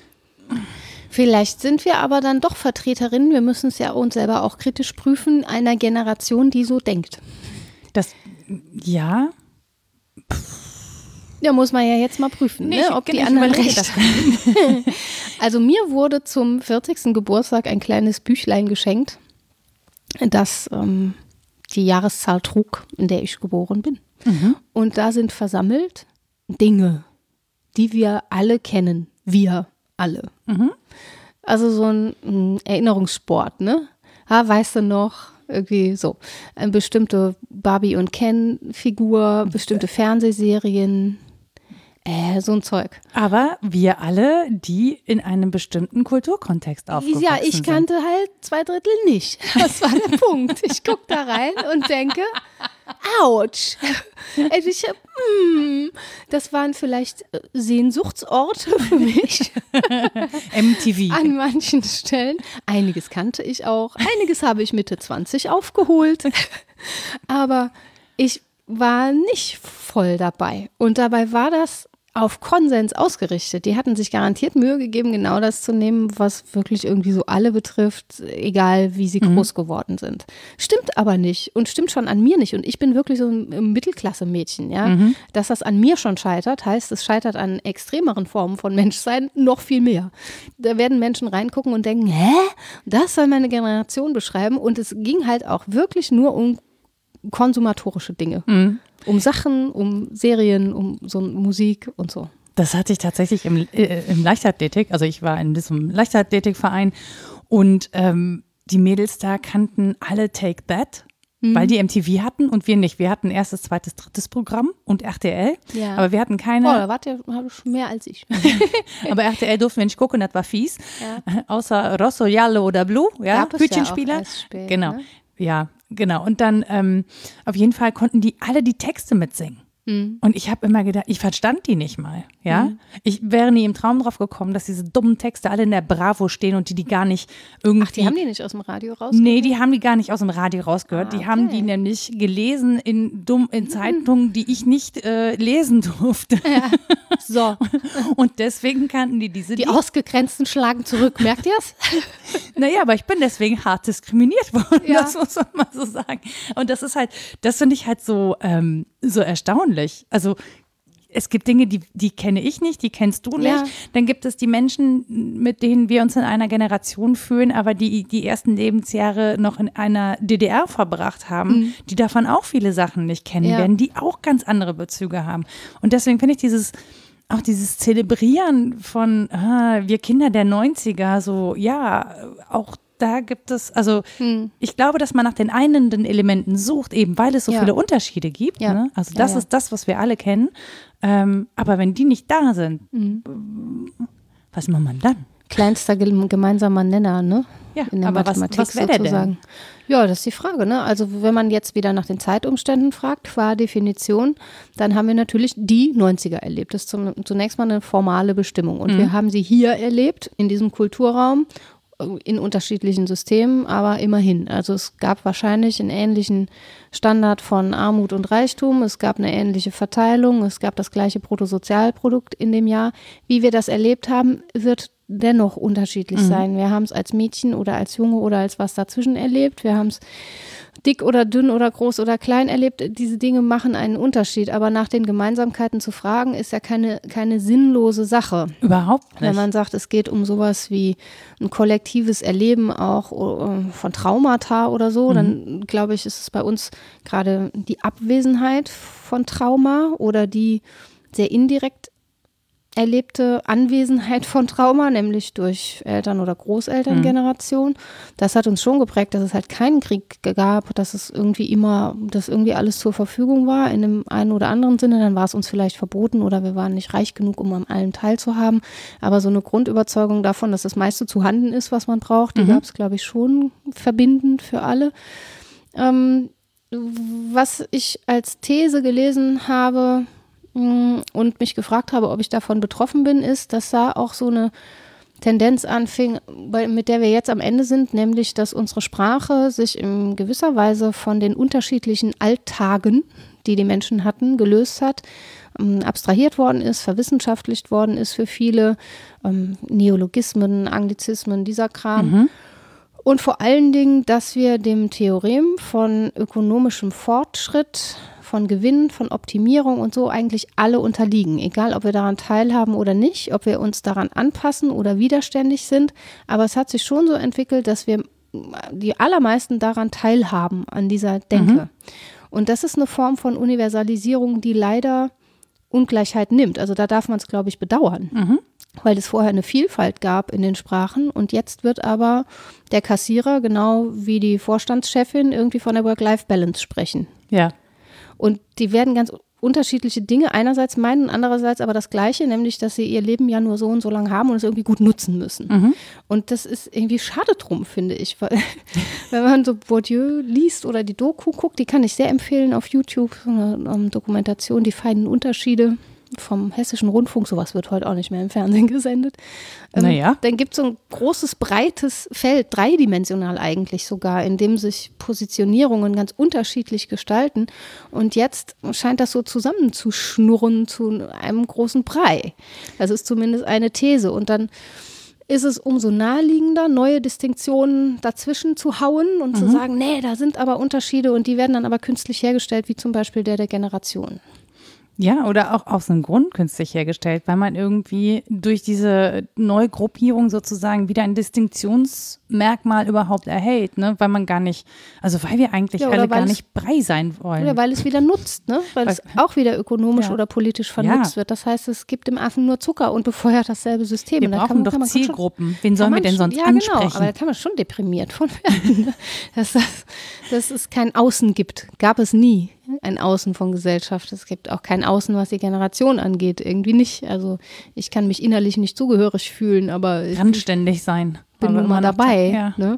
Vielleicht sind wir aber dann doch Vertreterinnen, wir müssen es ja uns selber auch kritisch prüfen, einer Generation, die so denkt. Das, ja. Ja, muss man ja jetzt mal prüfen, nee, ne, ob die anderen recht haben. Also mir wurde zum vierzigsten Geburtstag ein kleines Büchlein geschenkt, das ähm, die Jahreszahl trug, in der ich geboren bin. Mhm. Und da sind versammelt Dinge, die wir alle kennen. Wir alle. Mhm. Also so ein, ein Erinnerungssport, ne? Ha, weißt du noch, irgendwie so. Eine bestimmte Barbie- und Ken-Figur, bestimmte Fernsehserien, äh, so ein Zeug. Aber wir alle, die in einem bestimmten Kulturkontext aufgewachsen sind. Ja, ich kannte sind. halt zwei Drittel nicht. Das war der Punkt. Ich gucke da rein und denke, ouch. Also ich, mm, das waren vielleicht Sehnsuchtsorte für mich. M T V. An manchen Stellen. Einiges kannte ich auch. Einiges habe ich Mitte zwanzig aufgeholt. Aber ich war nicht voll dabei. Und dabei war das auf Konsens ausgerichtet. Die hatten sich garantiert Mühe gegeben, genau das zu nehmen, was wirklich irgendwie so alle betrifft, egal wie sie mhm. groß geworden sind. Stimmt aber nicht und stimmt schon an mir nicht. Und ich bin wirklich so ein Mittelklasse-Mädchen, ja. Mhm. Dass das an mir schon scheitert, heißt, es scheitert an extremeren Formen von Menschsein noch viel mehr. Da werden Menschen reingucken und denken, hä? Das soll meine Generation beschreiben. Und es ging halt auch wirklich nur um konsumatorische Dinge. Mhm. Um Sachen, um Serien, um so Musik und so. Das hatte ich tatsächlich im, äh, im Leichtathletik, also ich war in diesem Leichtathletikverein und ähm, die Mädels da kannten alle Take That, mhm. weil die M T V hatten und wir nicht. Wir hatten erstes, zweites, drittes Programm und R T L, ja. aber wir hatten keine. Oh, da wart ihr schon mehr als ich. Aber R T L durften wir nicht gucken, das war fies. Ja. Außer Rosso, Giallo oder Blue, ja, Hütchenspieler. Ja genau, ne? Ja, genau. Und dann ähm, auf jeden Fall konnten die alle die Texte mitsingen. Mhm. Und ich habe immer gedacht, ich verstand die nicht mal, ja. Mhm. Ich wäre nie im Traum drauf gekommen, dass diese dummen Texte alle in der Bravo stehen und die die gar nicht irgendwie. Ach, die haben die nicht aus dem Radio rausgehört? Nee, die haben die gar nicht aus dem Radio rausgehört. Ah, okay. Die haben die nämlich gelesen in, dumm, in Zeitungen, die ich nicht äh, lesen durfte. Ja. So. Und deswegen kannten die diese. Die, die Ausgegrenzten schlagen zurück, merkt ihr es? Naja, aber ich bin deswegen hart diskriminiert worden, ja. Das muss man mal so sagen. Und das ist halt, das finde ich halt so, ähm, so erstaunlich. Also es gibt Dinge, die, die kenne ich nicht, die kennst du nicht. Ja. Dann gibt es die Menschen, mit denen wir uns in einer Generation fühlen, aber die die ersten Lebensjahre noch in einer D D R verbracht haben, mhm. die davon auch viele Sachen nicht kennen ja. werden, die auch ganz andere Bezüge haben. Und deswegen finde ich dieses auch dieses Zelebrieren von ah, wir Kinder der neunziger, so ja, auch da gibt es, also hm. ich glaube, dass man nach den einenden Elementen sucht, eben weil es so ja. viele Unterschiede gibt. Ja. Ne? Also das ja, ja. ist das, was wir alle kennen. Ähm, aber wenn die nicht da sind, mhm. was macht man dann? Kleinster gemeinsamer Nenner, ne? Ja, in der aber Mathematik was, was wäre der denn? Ja, das ist die Frage, ne? Also wenn man jetzt wieder nach den Zeitumständen fragt, qua Definition, dann haben wir natürlich die neunziger erlebt. Das ist zum, zunächst mal eine formale Bestimmung. Und mhm. wir haben sie hier erlebt, in diesem Kulturraum, in unterschiedlichen Systemen, aber immerhin. Also es gab wahrscheinlich einen ähnlichen Standard von Armut und Reichtum, es gab eine ähnliche Verteilung, es gab das gleiche Bruttosozialprodukt in dem Jahr. Wie wir das erlebt haben, wird dennoch unterschiedlich mhm. sein. Wir haben es als Mädchen oder als Junge oder als was dazwischen erlebt. Wir haben es dick oder dünn oder groß oder klein erlebt. Diese Dinge machen einen Unterschied. Aber nach den Gemeinsamkeiten zu fragen, ist ja keine, keine sinnlose Sache. Überhaupt nicht. Wenn man sagt, es geht um sowas wie ein kollektives Erleben auch von Traumata oder so, mhm. dann glaube ich, ist es bei uns gerade die Abwesenheit von Trauma oder die sehr indirekt erlebte Anwesenheit von Trauma, nämlich durch Eltern- oder Großelterngeneration. Mhm. Das hat uns schon geprägt, dass es halt keinen Krieg gab, dass es irgendwie immer, dass irgendwie alles zur Verfügung war, in dem einen oder anderen Sinne. Dann war es uns vielleicht verboten oder wir waren nicht reich genug, um an allem teilzuhaben. Aber so eine Grundüberzeugung davon, dass das meiste zu handen ist, was man braucht, die mhm. gab es, glaube ich, schon verbindend für alle. Ähm, was ich als These gelesen habe, und mich gefragt habe, ob ich davon betroffen bin, ist, dass da auch so eine Tendenz anfing, mit der wir jetzt am Ende sind, nämlich, dass unsere Sprache sich in gewisser Weise von den unterschiedlichen Alltagen, die die Menschen hatten, gelöst hat, abstrahiert worden ist, verwissenschaftlicht worden ist für viele, ähm, Neologismen, Anglizismen, dieser Kram. Mhm. Und vor allen Dingen, dass wir dem Theorem von ökonomischem Fortschritt, von Gewinn, von Optimierung und so eigentlich alle unterliegen. Egal, ob wir daran teilhaben oder nicht, ob wir uns daran anpassen oder widerständig sind. Aber es hat sich schon so entwickelt, dass wir die allermeisten daran teilhaben, an dieser Denke. Mhm. Und das ist eine Form von Universalisierung, die leider Ungleichheit nimmt. Also da darf man es, glaube ich, bedauern. Mhm. Weil es vorher eine Vielfalt gab in den Sprachen und jetzt wird aber der Kassierer, genau wie die Vorstandschefin, irgendwie von der Work-Life-Balance sprechen. Ja. Und die werden ganz unterschiedliche Dinge einerseits meinen, andererseits aber das Gleiche, nämlich, dass sie ihr Leben ja nur so und so lang haben und es irgendwie gut nutzen müssen. Mhm. Und das ist irgendwie schade drum, finde ich, weil wenn man so Bourdieu liest oder die Doku guckt, die kann ich sehr empfehlen auf YouTube, so eine um, Dokumentation, die feinen Unterschiede vom Hessischen Rundfunk, sowas wird heute auch nicht mehr im Fernsehen gesendet. Ähm, naja. Dann gibt es so ein großes, breites Feld, dreidimensional eigentlich sogar, in dem sich Positionierungen ganz unterschiedlich gestalten. Und jetzt scheint das so zusammenzuschnurren zu einem großen Brei. Das ist zumindest eine These. Und dann ist es umso naheliegender, neue Distinktionen dazwischen zu hauen und mhm. zu sagen, nee, da sind aber Unterschiede und die werden dann aber künstlich hergestellt, wie zum Beispiel der der Generation. Ja, oder auch aus einem Grund künstlich hergestellt, weil man irgendwie durch diese Neugruppierung sozusagen wieder ein Distinktionsmerkmal überhaupt erhält, ne? Weil man gar nicht, also weil wir eigentlich ja, alle gar es, nicht Brei sein wollen. Oder weil es wieder nutzt, ne? Weil, weil es auch wieder ökonomisch ja. oder politisch vernutzt ja. wird. Das heißt, es gibt dem Affen nur Zucker und befeuert dasselbe System. Wir und da brauchen kann man, doch kann man Zielgruppen. Schon, Wen sollen wir denn sonst ja, ansprechen? Genau, aber da kann man schon deprimiert von werden. dass, das, dass es kein Außen gibt. Gab es nie. Ein Außen von Gesellschaft. Es gibt auch kein Außen, was die Generation angeht. Irgendwie nicht. Also ich kann mich innerlich nicht zugehörig fühlen, aber randständig sein. Bin nun mal dabei. Ja. Ne?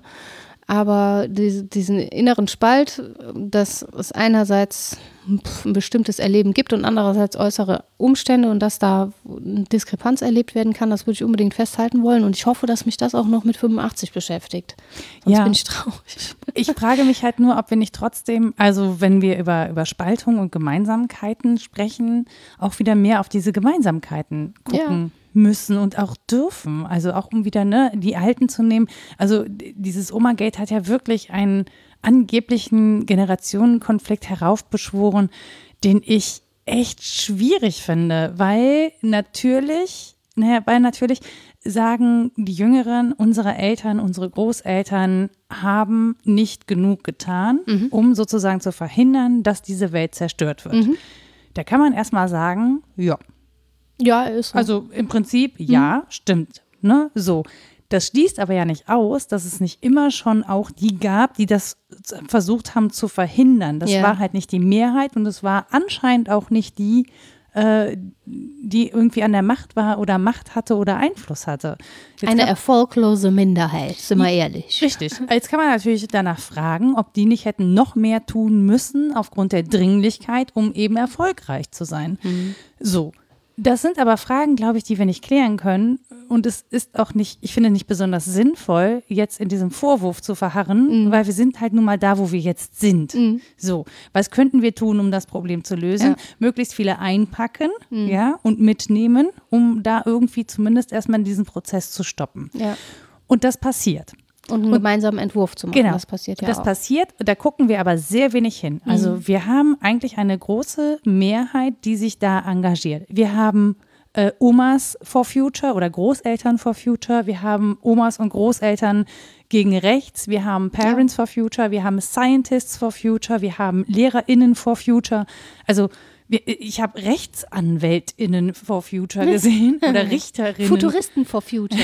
Aber die, diesen inneren Spalt, dass es einerseits ein bestimmtes Erleben gibt und andererseits äußere Umstände und dass da eine Diskrepanz erlebt werden kann, das würde ich unbedingt festhalten wollen. Und ich hoffe, dass mich das auch noch mit fünfundachtzig beschäftigt. Sonst ja. bin ich traurig. Ich frage mich halt nur, ob wir nicht trotzdem, also wenn wir über, über Spaltung und Gemeinsamkeiten sprechen, auch wieder mehr auf diese Gemeinsamkeiten gucken. Ja. müssen und auch dürfen, also auch um wieder ne, die Alten zu nehmen. Also dieses Oma-Gate hat ja wirklich einen angeblichen Generationenkonflikt heraufbeschworen, den ich echt schwierig finde, weil natürlich, naja, weil natürlich sagen die Jüngeren, unsere Eltern, unsere Großeltern haben nicht genug getan, mhm. um sozusagen zu verhindern, dass diese Welt zerstört wird. Mhm. Da kann man erstmal sagen, ja, Ja, ist so. Also im Prinzip, ja, mhm. stimmt. Ne? So. Das schließt aber ja nicht aus, dass es nicht immer schon auch die gab, die das versucht haben zu verhindern. Das yeah. war halt nicht die Mehrheit und es war anscheinend auch nicht die, äh, die irgendwie an der Macht war oder Macht hatte oder Einfluss hatte. Jetzt Eine kann, erfolglose Minderheit, sind wir ehrlich. Richtig. Jetzt kann man natürlich danach fragen, ob die nicht hätten noch mehr tun müssen aufgrund der Dringlichkeit, um eben erfolgreich zu sein. Mhm. So. Das sind aber Fragen, glaube ich, die wir nicht klären können. Und es ist auch nicht, ich finde, nicht besonders sinnvoll, jetzt in diesem Vorwurf zu verharren, mhm. weil wir sind halt nun mal da, wo wir jetzt sind. Mhm. So, was könnten wir tun, um das Problem zu lösen? Ja. Möglichst viele einpacken, mhm. ja, und mitnehmen, um da irgendwie zumindest erstmal diesen Prozess zu stoppen. Ja. Und das passiert. Und einen gemeinsamen Entwurf zu machen, genau, das passiert ja das auch. Das passiert, da gucken wir aber sehr wenig hin. Also mhm. wir haben eigentlich eine große Mehrheit, die sich da engagiert. Wir haben äh, Omas for Future oder Großeltern for Future, wir haben Omas und Großeltern gegen rechts, wir haben Parents ja. for Future, wir haben Scientists for Future, wir haben LehrerInnen for Future. Also ich habe RechtsanwältInnen for Future gesehen oder Richterinnen. Futuristen for Future.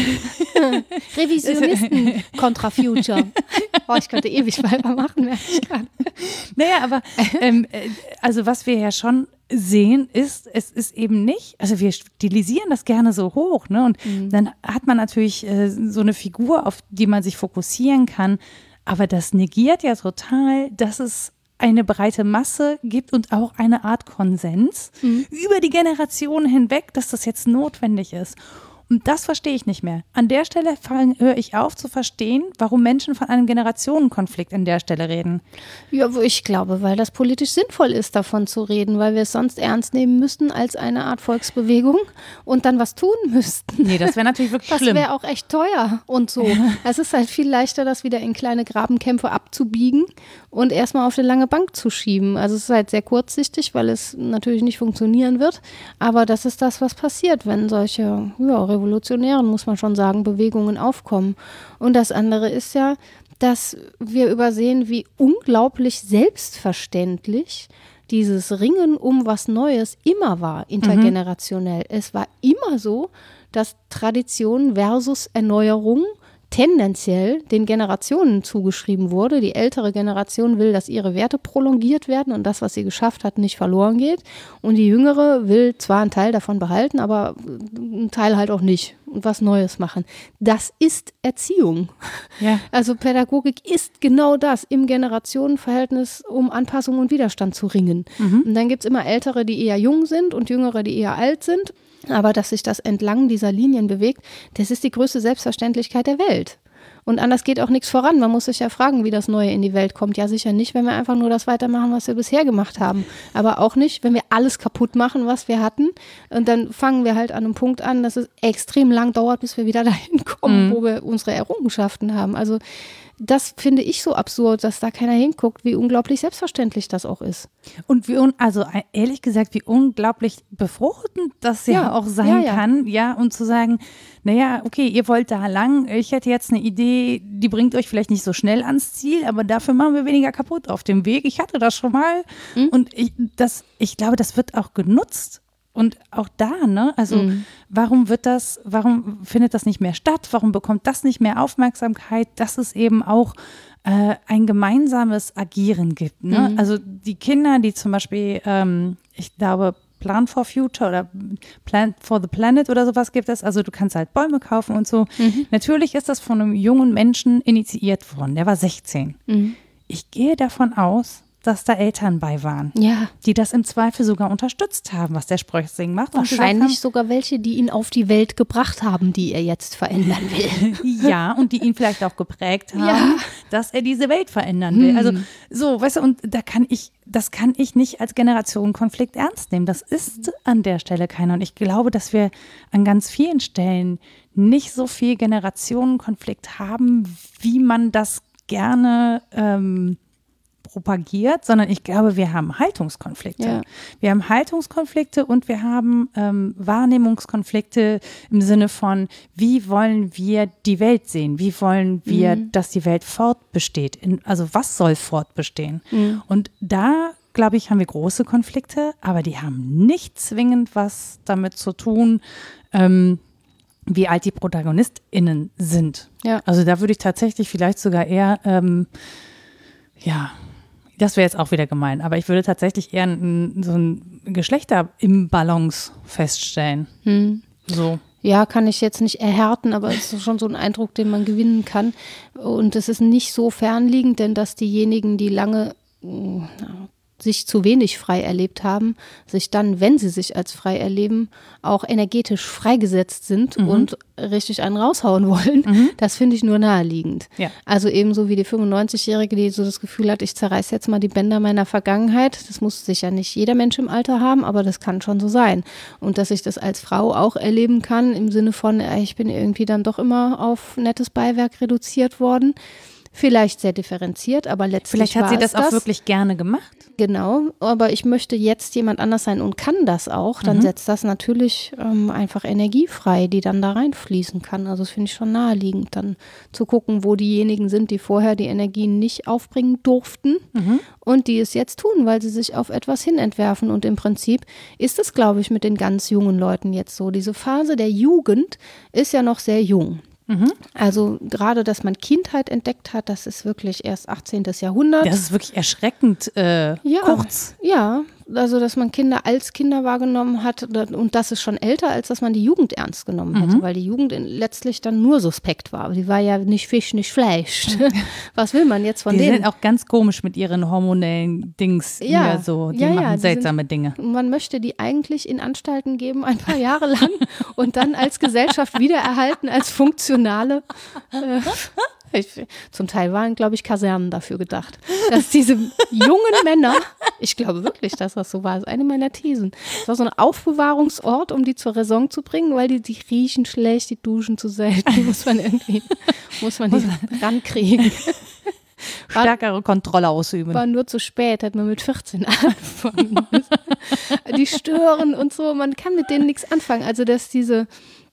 Revisionisten contra Future. Oh, ich könnte ewig weitermachen, merke ich gerade. Naja, aber ähm, also was wir ja schon sehen ist, es ist eben nicht, also wir stilisieren das gerne so hoch, ne? Und mhm. dann hat man natürlich äh, so eine Figur, auf die man sich fokussieren kann, aber das negiert ja total, dass es eine breite Masse gibt und auch eine Art Konsens mhm. über die Generationen hinweg, dass das jetzt notwendig ist. Und das verstehe ich nicht mehr. An der Stelle höre ich auf zu verstehen, warum Menschen von einem Generationenkonflikt an der Stelle reden. Ja, ich glaube, weil das politisch sinnvoll ist, davon zu reden, weil wir es sonst ernst nehmen müssten als eine Art Volksbewegung und dann was tun müssten. Nee, das wäre natürlich wirklich das schlimm. Das wäre auch echt teuer und so. Es ist halt viel leichter, das wieder in kleine Grabenkämpfe abzubiegen und erstmal auf eine lange Bank zu schieben. Also es ist halt sehr kurzsichtig, weil es natürlich nicht funktionieren wird. Aber das ist das, was passiert, wenn solche ja, revolutionären, muss man schon sagen, Bewegungen aufkommen. Und das andere ist ja, dass wir übersehen, wie unglaublich selbstverständlich dieses Ringen um was Neues immer war, intergenerationell. Mhm. Es war immer so, dass Tradition versus Erneuerung tendenziell den Generationen zugeschrieben wurde. Die ältere Generation will, dass ihre Werte prolongiert werden und das, was sie geschafft hat, nicht verloren geht. Und die jüngere will zwar einen Teil davon behalten, aber einen Teil halt auch nicht und was Neues machen. Das ist Erziehung. Ja. Also Pädagogik ist genau das, im Generationenverhältnis um Anpassung und Widerstand zu ringen. Mhm. Und dann gibt es immer Ältere, die eher jung sind und Jüngere, die eher alt sind. Aber dass sich das entlang dieser Linien bewegt, das ist die größte Selbstverständlichkeit der Welt. Und anders geht auch nichts voran. Man muss sich ja fragen, wie das Neue in die Welt kommt. Ja, sicher nicht, wenn wir einfach nur das weitermachen, was wir bisher gemacht haben. Aber auch nicht, wenn wir alles kaputt machen, was wir hatten. Und dann fangen wir halt an einem Punkt an, dass es extrem lang dauert, bis wir wieder dahin kommen, mhm. wo wir unsere Errungenschaften haben. Also das finde ich so absurd, dass da keiner hinguckt, wie unglaublich selbstverständlich das auch ist. Und wie, un, also ehrlich gesagt, wie unglaublich befruchtend das ja, ja auch sein ja, ja. kann, ja, und zu sagen, naja, okay, ihr wollt da lang, ich hätte jetzt eine Idee, die bringt euch vielleicht nicht so schnell ans Ziel, aber dafür machen wir weniger kaputt auf dem Weg. Ich hatte das schon mal mhm. und ich, das, ich glaube, das wird auch genutzt. Und auch da, ne, also mhm. warum wird das, warum findet das nicht mehr statt? Warum bekommt das nicht mehr Aufmerksamkeit, dass es eben auch äh, ein gemeinsames Agieren gibt, ne? Mhm. Also die Kinder, die zum Beispiel, ähm, ich glaube, Plan for Future oder Plan for the Planet oder sowas gibt es, also du kannst halt Bäume kaufen und so. Mhm. Natürlich ist das von einem jungen Menschen initiiert worden, der war sechzehn. Mhm. Ich gehe davon aus, dass da Eltern bei waren, ja. die das im Zweifel sogar unterstützt haben, was der Sprössling macht. Wahrscheinlich haben, sogar welche, die ihn auf die Welt gebracht haben, die er jetzt verändern will. Ja, und die ihn vielleicht auch geprägt haben, ja. dass er diese Welt verändern will. Hm. Also so, weißt du, und da kann ich, das kann ich nicht als Generationenkonflikt ernst nehmen. Das ist an der Stelle keiner. Und ich glaube, dass wir an ganz vielen Stellen nicht so viel Generationenkonflikt haben, wie man das gerne ähm, propagiert, sondern ich glaube, wir haben Haltungskonflikte. Ja. Wir haben Haltungskonflikte und wir haben ähm, Wahrnehmungskonflikte im Sinne von, wie wollen wir die Welt sehen? Wie wollen wir, mhm. dass die Welt fortbesteht? In, also was soll fortbestehen? Mhm. Und da, glaube ich, haben wir große Konflikte, aber die haben nicht zwingend was damit zu tun, ähm, wie alt die ProtagonistInnen sind. Ja. Also da würde ich tatsächlich vielleicht sogar eher, ähm, ja, das wäre jetzt auch wieder gemein, aber ich würde tatsächlich eher ein, so ein Geschlechterimbalance feststellen. Hm. So. Ja, kann ich jetzt nicht erhärten, aber es ist schon so ein Eindruck, den man gewinnen kann. Und es ist nicht so fernliegend, denn dass diejenigen, die lange sich zu wenig frei erlebt haben, sich dann, wenn sie sich als frei erleben, auch energetisch freigesetzt sind mhm. und richtig einen raushauen wollen, mhm. das finde ich nur naheliegend. Ja. Also ebenso wie die fünfundneunzigjährige, die so das Gefühl hat, ich zerreiße jetzt mal die Bänder meiner Vergangenheit. Das muss sicher nicht jeder Mensch im Alter haben, aber das kann schon so sein. Und dass ich das als Frau auch erleben kann, im Sinne von, ich bin irgendwie dann doch immer auf nettes Beiwerk reduziert worden. Vielleicht sehr differenziert, aber letztlich Vielleicht hat sie das, das auch wirklich gerne gemacht. Genau, aber ich möchte jetzt jemand anders sein und kann das auch, dann mhm. setzt das natürlich ähm, einfach Energie frei, die dann da reinfließen kann. Also das finde ich schon naheliegend, dann zu gucken, wo diejenigen sind, die vorher die Energien nicht aufbringen durften mhm. und die es jetzt tun, weil sie sich auf etwas hinentwerfen. Und im Prinzip ist es, glaube ich, mit den ganz jungen Leuten jetzt so. Diese Phase der Jugend ist ja noch sehr jung. Mhm. Also gerade, dass man Kindheit entdeckt hat, das ist wirklich erst achtzehnten Jahrhundert. Das ist wirklich erschreckend äh, ja, kurz. Ja, also dass man Kinder als Kinder wahrgenommen hat und das ist schon älter, als dass man die Jugend ernst genommen hätte, mhm. weil die Jugend letztlich dann nur suspekt war. Die war ja nicht Fisch, nicht Fleisch. Was will man jetzt von die denen? Die sind auch ganz komisch mit ihren hormonellen Dings. Ja, so. Die ja, machen ja, die seltsame sind, Dinge. Man möchte die eigentlich in Anstalten geben, ein paar Jahre lang und dann als Gesellschaft wiedererhalten, als funktionale äh, Ich, zum Teil waren, glaube ich, Kasernen dafür gedacht, dass diese jungen Männer, ich glaube wirklich, dass das so war, das ist eine meiner Thesen, es war so ein Aufbewahrungsort, um die zur Raison zu bringen, weil die, die riechen schlecht, die duschen zu selten, muss man irgendwie, muss man die rankriegen. Stärkere Kontrolle ausüben. War nur zu spät, hat man mit vierzehn angefangen. Die stören und so, man kann mit denen nichts anfangen, also dass diese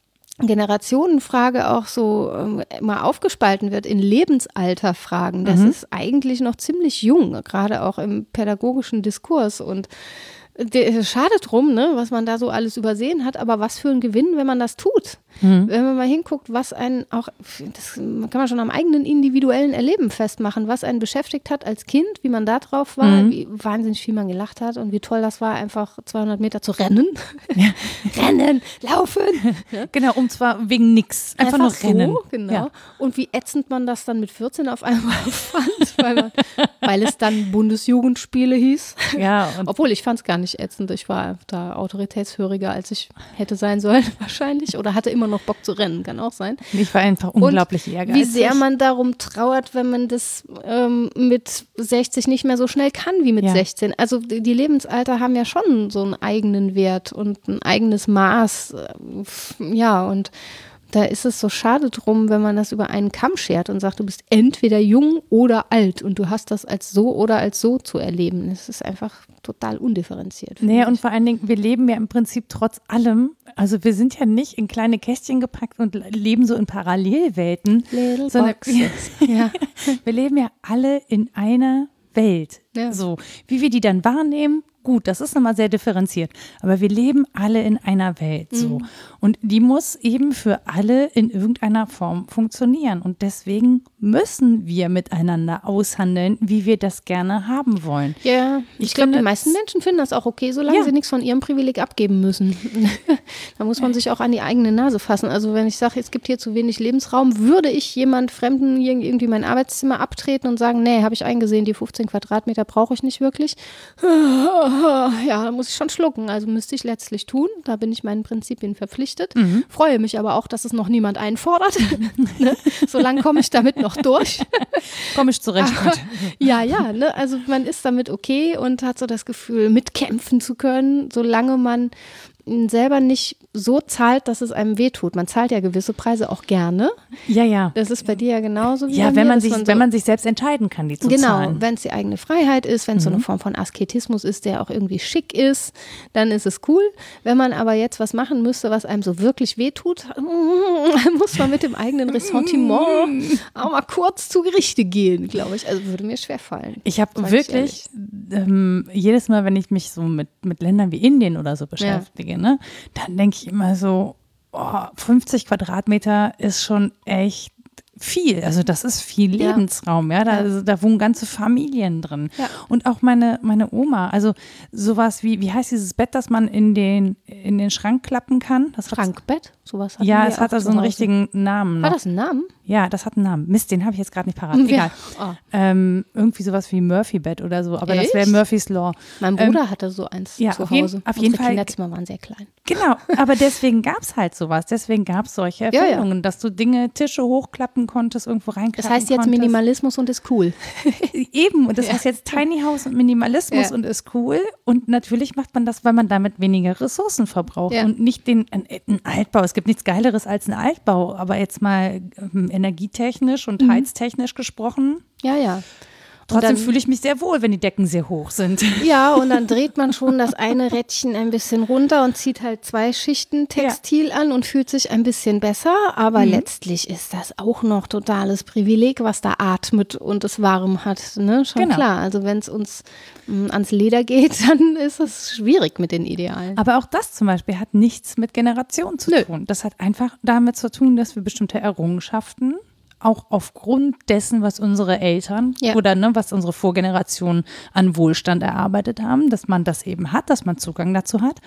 Generationenfrage auch so ähm, mal aufgespalten wird in Lebensalterfragen. Das mhm. ist eigentlich noch ziemlich jung, gerade auch im pädagogischen Diskurs und de, schade drum, ne, was man da so alles übersehen hat, aber was für ein Gewinn, wenn man das tut. Mhm. Wenn man mal hinguckt, was einen auch, das kann man schon am eigenen individuellen Erleben festmachen, was einen beschäftigt hat als Kind, wie man da drauf war, mhm. wie wahnsinnig viel man gelacht hat und wie toll das war, einfach zweihundert Meter zu rennen. Ja. Rennen, laufen. Ja. Genau, und zwar wegen nix. Einfach, einfach nur rennen. So, genau. Ja. Und wie ätzend man das dann mit vierzehn auf einmal fand, weil, man, weil es dann Bundesjugendspiele hieß. Ja, obwohl ich fand es gar nicht ätzend. Ich war da autoritätshöriger, als ich hätte sein sollen wahrscheinlich oder hatte immer noch Bock zu rennen, kann auch sein. Ich war einfach unglaublich und ehrgeizig. Wie sehr man darum trauert, wenn man das ähm, mit sechzig nicht mehr so schnell kann wie mit ja. sechzehn. Also die, die Lebensalter haben ja schon so einen eigenen Wert und ein eigenes Maß. Ja, und da ist es so schade drum, wenn man das über einen Kamm schert und sagt, du bist entweder jung oder alt und du hast das als so oder als so zu erleben. Es ist einfach total undifferenziert. Naja, und vor allen Dingen, wir leben ja im Prinzip trotz allem, also wir sind ja nicht in kleine Kästchen gepackt und leben so in Parallelwelten. Little sondern boxes. Ja. Wir leben ja alle in einer Welt. Ja. So, wie wir die dann wahrnehmen, gut, das ist nochmal sehr differenziert, aber wir leben alle in einer Welt so Mhm. und die muss eben für alle in irgendeiner Form funktionieren und deswegen müssen wir miteinander aushandeln, wie wir das gerne haben wollen. Ja, ich, Ich glaube, finde, die meisten Menschen finden das auch okay, solange Ja. sie nichts von ihrem Privileg abgeben müssen. Da muss man sich auch an die eigene Nase fassen. Also wenn ich sage, es gibt hier zu wenig Lebensraum, würde ich jemand Fremden irgendwie mein Arbeitszimmer abtreten und sagen, nee, habe ich eingesehen, die fünfzehn Quadratmeter brauche ich nicht wirklich. Ja, da muss ich schon schlucken. Also müsste ich letztlich tun. Da bin ich meinen Prinzipien verpflichtet. Mhm. Freue mich aber auch, dass es noch niemand einfordert. Ne? Solange komme ich damit noch durch. Komme ich zurecht Aber, mit. ja, ja, ne? Also man ist damit okay und hat so das Gefühl, mitkämpfen zu können, solange man ihn selber nicht so zahlt, dass es einem wehtut. Man zahlt ja gewisse Preise auch gerne. Ja, ja. Das ist bei dir ja genauso wie Ja, bei wenn mir, man dass sich, man so, wenn man sich selbst entscheiden kann, die zu genau, zahlen. wenn es die eigene Freiheit ist, wenn es so eine Form von Asketismus ist, der auch irgendwie schick ist, dann ist es cool. Wenn man aber jetzt was machen müsste, was einem so wirklich wehtut, muss man mit dem eigenen Ressentiment auch mal kurz zu Gerichte gehen, glaube ich. Also würde mir schwerfallen. Ich habe Sag ich wirklich ähm, jedes Mal, wenn ich mich so mit, mit Ländern wie Indien oder so beschäftige, ne, dann denke ich immer so, oh, fünfzig Quadratmeter ist schon echt viel. Also das ist viel Ja. Lebensraum, ja. Da, Ja. also, da wohnen ganze Familien drin. Ja. Und auch meine, meine Oma, also sowas wie, wie heißt dieses Bett, das man in den, in den Schrank klappen kann? Das hat's- Schrankbett, sowas hatten Ja, wir es hat auch also zu einen Hause. richtigen Namen Hat noch. das einen Namen? Ja, das hat einen Namen. Mist, den habe ich jetzt gerade nicht parat. Ja. Egal. Oh. Ähm, irgendwie sowas wie Murphy-Bett oder so, aber das wäre Echt? Murphy's Law. Mein Ähm, Bruder hatte so eins ja, zu auf jeden- Hause. auf jeden Unsere Fall- Kinderzimmer waren sehr klein. Genau, aber deswegen gab es halt sowas. Deswegen gab es solche ja. Erfindungen, dass du Dinge, Tische hochklappen konntest, irgendwo reinklappen Das heißt jetzt konntest. Minimalismus und ist cool. Eben, und das Ja. heißt jetzt Tiny House und Minimalismus Ja. und ist cool. Und natürlich macht man das, weil man damit weniger Ressourcen verbraucht Ja. und nicht den ein, ein Altbau. Es gibt nichts Geileres als ein Altbau, aber jetzt mal ähm, energietechnisch und Mhm. heiztechnisch gesprochen. Ja, ja. Trotzdem dann- fühle ich mich sehr wohl, wenn die Decken sehr hoch sind. Ja, und dann dreht man schon das eine Rädchen ein bisschen runter und zieht halt zwei Schichten Textil an und fühlt sich ein bisschen besser. Aber Mhm. letztlich ist das auch noch totales Privileg, was da atmet und es warm hat. Ne? Schon Genau. klar. Also wenn es uns mh, ans Leder geht, dann ist es schwierig mit den Idealen. Aber auch das zum Beispiel hat nichts mit Generation zu Nö. tun. Das hat einfach damit zu tun, dass wir bestimmte Errungenschaften auch aufgrund dessen, was unsere Eltern Ja. oder ne, was unsere Vorgenerationen an Wohlstand erarbeitet haben, dass man das eben hat, dass man Zugang dazu hat.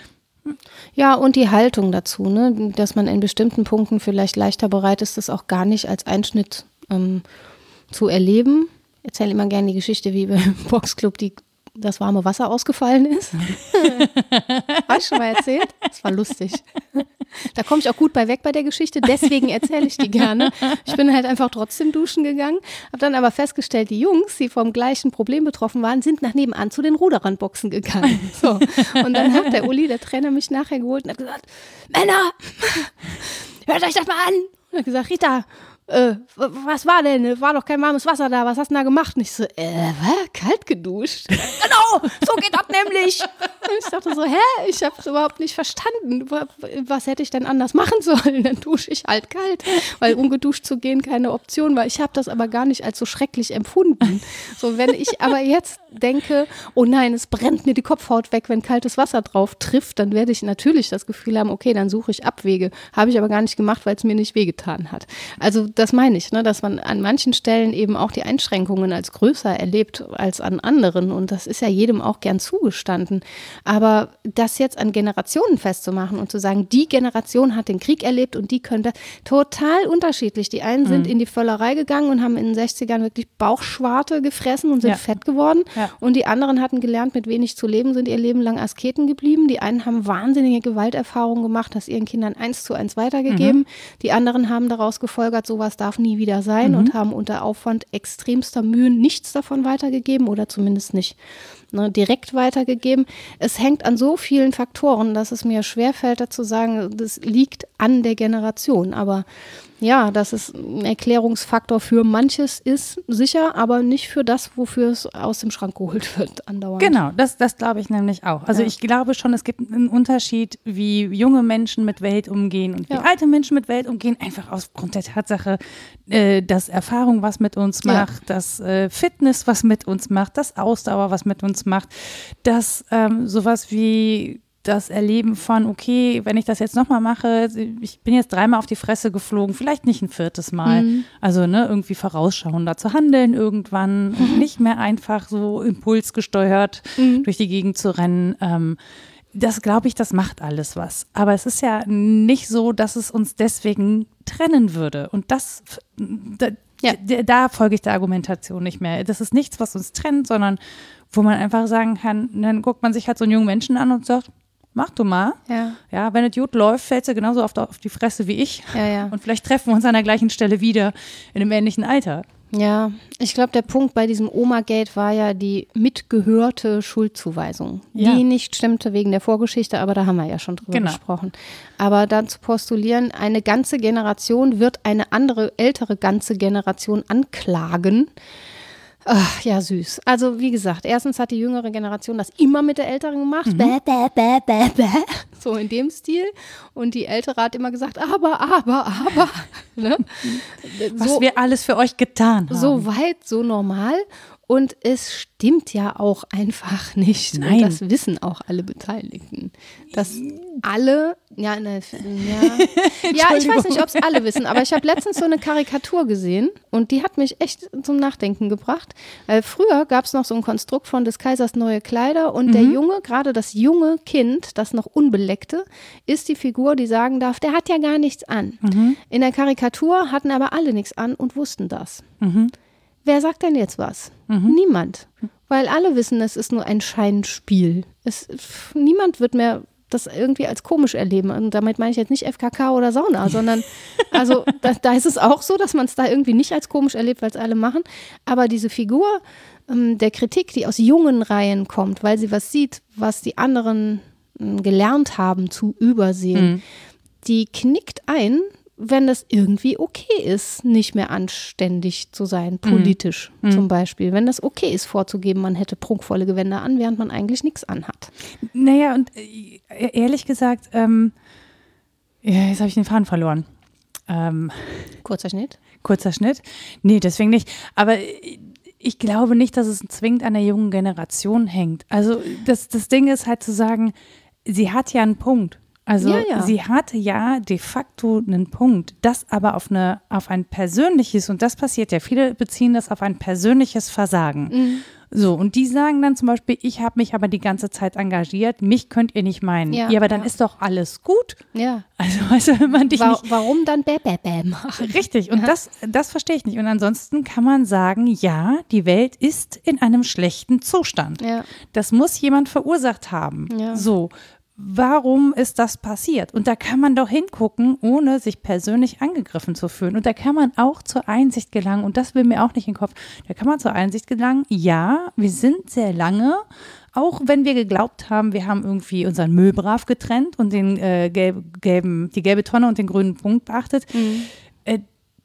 Ja, und die Haltung dazu, ne? Dass man in bestimmten Punkten vielleicht leichter bereit ist, das auch gar nicht als Einschnitt ähm, zu erleben. Ich erzähle immer gerne die Geschichte, wie beim Boxclub die, das warme Wasser ausgefallen ist. Habe ich schon mal erzählt? Das war lustig. Da komme ich auch gut bei weg bei der Geschichte, deswegen erzähle ich die gerne. Ich bin halt einfach trotzdem duschen gegangen, habe dann aber festgestellt, die Jungs, die vom gleichen Problem betroffen waren, sind nach nebenan zu den Ruderrandboxen gegangen. So. Und dann hat der Uli, der Trainer, mich nachher geholt und hat gesagt, Männer, hört euch das mal an. Und hat gesagt, Rita, äh, was war denn? War doch kein warmes Wasser da. Was hast du denn da gemacht? Und ich so, äh, was? Kalt geduscht? Genau, so geht das nämlich. Und ich dachte so, hä? Ich habe es überhaupt nicht verstanden. Was hätte ich denn anders machen sollen? Dann dusche ich halt kalt, weil ungeduscht zu gehen keine Option war. Ich habe das aber gar nicht als so schrecklich empfunden. So, wenn ich aber jetzt denke, oh nein, es brennt mir die Kopfhaut weg, wenn kaltes Wasser drauf trifft, dann werde ich natürlich das Gefühl haben, okay, dann suche ich Abwege. Habe ich aber gar nicht gemacht, weil es mir nicht wehgetan hat. Also das meine ich, ne, dass man an manchen Stellen eben auch die Einschränkungen als größer erlebt als an anderen. Und das ist ja jedem auch gern zugestanden. Aber das jetzt an Generationen festzumachen und zu sagen, die Generation hat den Krieg erlebt und die können das, total unterschiedlich. Die einen sind Mhm. in die Völlerei gegangen und haben in den sechzigern wirklich Bauchschwarte gefressen und sind Ja. fett geworden. Ja. Und die anderen hatten gelernt, mit wenig zu leben, sind ihr Leben lang Asketen geblieben. Die einen haben wahnsinnige Gewalterfahrungen gemacht, das ihren Kindern eins zu eins weitergegeben. Mhm. Die anderen haben daraus gefolgert, sowas darf nie wieder sein Mhm. und haben unter Aufwand extremster Mühen nichts davon weitergegeben oder zumindest nicht ne, direkt weitergegeben. Es hängt an so vielen Faktoren, dass es mir schwerfällt, dazu sagen, das liegt an der Generation. Aber ja, dass es ein Erklärungsfaktor für manches ist, sicher, aber nicht für das, wofür es aus dem Schrank geholt wird, andauernd. Genau, das, das glaube ich nämlich auch. Also ja. ich glaube schon, es gibt einen Unterschied, wie junge Menschen mit Welt umgehen und wie ja. alte Menschen mit Welt umgehen, einfach aufgrund der Tatsache, äh, dass Erfahrung was mit uns macht, ja. dass äh, Fitness was mit uns macht, dass Ausdauer was mit uns macht, dass ähm, sowas wie das Erleben von, okay, wenn ich das jetzt nochmal mache, ich bin jetzt dreimal auf die Fresse geflogen, vielleicht nicht ein viertes Mal. Mhm. Also ne, irgendwie vorausschauender zu handeln irgendwann mhm. und nicht mehr einfach so impulsgesteuert mhm. durch die Gegend zu rennen. Ähm, das glaube ich, das macht alles was. Aber es ist ja nicht so, dass es uns deswegen trennen würde. Und das, da, ja. da, da folge ich der Argumentation nicht mehr. Das ist nichts, was uns trennt, sondern wo man einfach sagen kann, dann guckt man sich halt so einen jungen Menschen an und sagt, mach du mal. Ja. Ja, wenn es gut läuft, fällst du genauso oft auf die Fresse wie ich. Ja, ja. Und vielleicht treffen wir uns an der gleichen Stelle wieder in einem ähnlichen Alter. Ja, ich glaube, der Punkt bei diesem Oma-Gate war ja die mitgehörte Schuldzuweisung, ja. die nicht stimmte wegen der Vorgeschichte, aber da haben wir ja schon drüber genau. gesprochen. Aber dann zu postulieren, eine ganze Generation wird eine andere, ältere ganze Generation anklagen. Ach, ja, süß. Also wie gesagt, erstens hat die jüngere Generation das immer mit der älteren gemacht. Mhm. Bäh, bäh, bäh, bäh, bäh. So in dem Stil. Und die ältere hat immer gesagt, aber, aber, aber. Ne? Was so, wir alles für euch getan haben. So weit, so normal. Und es stimmt ja auch einfach nicht. Nein. Und das wissen auch alle Beteiligten. Dass alle, ja, ne, ja, ja, ich weiß nicht, ob es alle wissen, aber ich habe letztens so eine Karikatur gesehen und die hat mich echt zum Nachdenken gebracht. Weil früher gab es noch so ein Konstrukt von des Kaisers neue Kleider und mhm. der Junge, gerade das junge Kind, das noch Unbeleckte, ist die Figur, die sagen darf, der hat ja gar nichts an. Mhm. In der Karikatur hatten aber alle nichts an und wussten das. Mhm. Wer sagt denn jetzt was? Mhm. Niemand. Weil alle wissen, es ist nur ein Scheinspiel. Es, niemand wird mehr das irgendwie als komisch erleben. Und damit meine ich jetzt nicht F K K oder Sauna, sondern also da, da ist es auch so, dass man es da irgendwie nicht als komisch erlebt, weil es alle machen. Aber diese Figur ähm, der Kritik, die aus jungen Reihen kommt, weil sie was sieht, was die anderen ähm, gelernt haben zu übersehen, mhm. die knickt ein, wenn das irgendwie okay ist, nicht mehr anständig zu sein, politisch mhm. zum Beispiel. Wenn das okay ist, vorzugeben, man hätte prunkvolle Gewänder an, während man eigentlich nichts anhat. Naja, und äh, ehrlich gesagt, ähm, ja, jetzt habe ich den Faden verloren. Ähm, kurzer Schnitt? Kurzer Schnitt? Nee, deswegen nicht. Aber ich glaube nicht, dass es zwingend an der jungen Generation hängt. Also das, das Ding ist halt zu sagen, sie hat ja einen Punkt. Also ja, ja. sie hatte ja de facto einen Punkt, das aber auf, eine, auf ein persönliches, und das passiert ja, viele beziehen das auf ein persönliches Versagen. Mhm. So, und die sagen dann zum Beispiel, ich habe mich aber die ganze Zeit engagiert, mich könnt ihr nicht meinen. Ja, ja aber dann ja. ist doch alles gut. Ja. Also, also wenn man dich Wa- nicht… Warum dann bäh, bäh, bäh machen? Richtig, und ja. das, das verstehe ich nicht. Und ansonsten kann man sagen, ja, die Welt ist in einem schlechten Zustand. Ja. Das muss jemand verursacht haben. Ja. So. Warum ist das passiert? Und da kann man doch hingucken, ohne sich persönlich angegriffen zu fühlen. Und da kann man auch zur Einsicht gelangen, und das will mir auch nicht in den Kopf, da kann man zur Einsicht gelangen, ja, wir sind sehr lange, auch wenn wir geglaubt haben, wir haben irgendwie unseren Müll brav getrennt und den äh, gelb, gelben, die gelbe Tonne und den grünen Punkt beachtet, mhm. äh,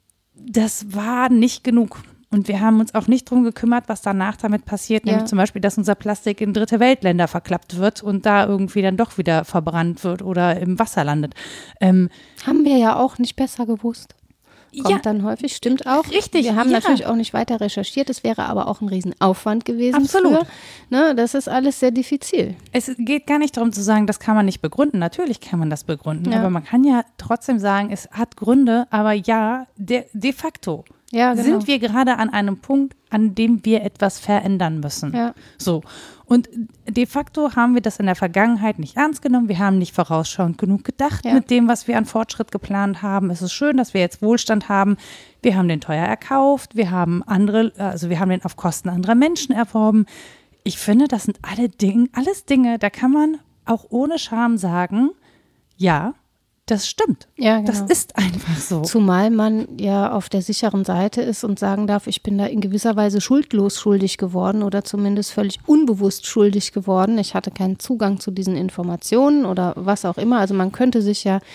das war nicht genug. Und wir haben uns auch nicht drum gekümmert, was danach damit passiert, ja. nämlich zum Beispiel, dass unser Plastik in dritte Weltländer verklappt wird und da irgendwie dann doch wieder verbrannt wird oder im Wasser landet. Ähm, haben wir ja auch nicht besser gewusst. Kommt ja, dann häufig, stimmt auch. Richtig. Wir haben ja. natürlich auch nicht weiter recherchiert, es wäre aber auch ein Riesenaufwand gewesen. Absolut. Früher. Ne, das ist alles sehr diffizil. Es geht gar nicht darum zu sagen, das kann man nicht begründen. Natürlich kann man das begründen, ja. aber man kann ja trotzdem sagen, es hat Gründe, aber ja, de, de facto. Ja, genau. Sind wir gerade an einem Punkt, an dem wir etwas verändern müssen. Ja. So. Und de facto haben wir das in der Vergangenheit nicht ernst genommen. Wir haben nicht vorausschauend genug gedacht ja. mit dem, was wir an Fortschritt geplant haben. Es ist schön, dass wir jetzt Wohlstand haben. Wir haben den teuer erkauft. Wir haben andere, also wir haben den auf Kosten anderer Menschen erworben. Ich finde, das sind alle Dinge, alles Dinge, da kann man auch ohne Scham sagen, ja, das stimmt. Ja, genau. Das ist einfach so. Zumal man ja auf der sicheren Seite ist und sagen darf, ich bin da in gewisser Weise schuldlos schuldig geworden oder zumindest völlig unbewusst schuldig geworden. Ich hatte keinen Zugang zu diesen Informationen oder was auch immer. Also man könnte sich ja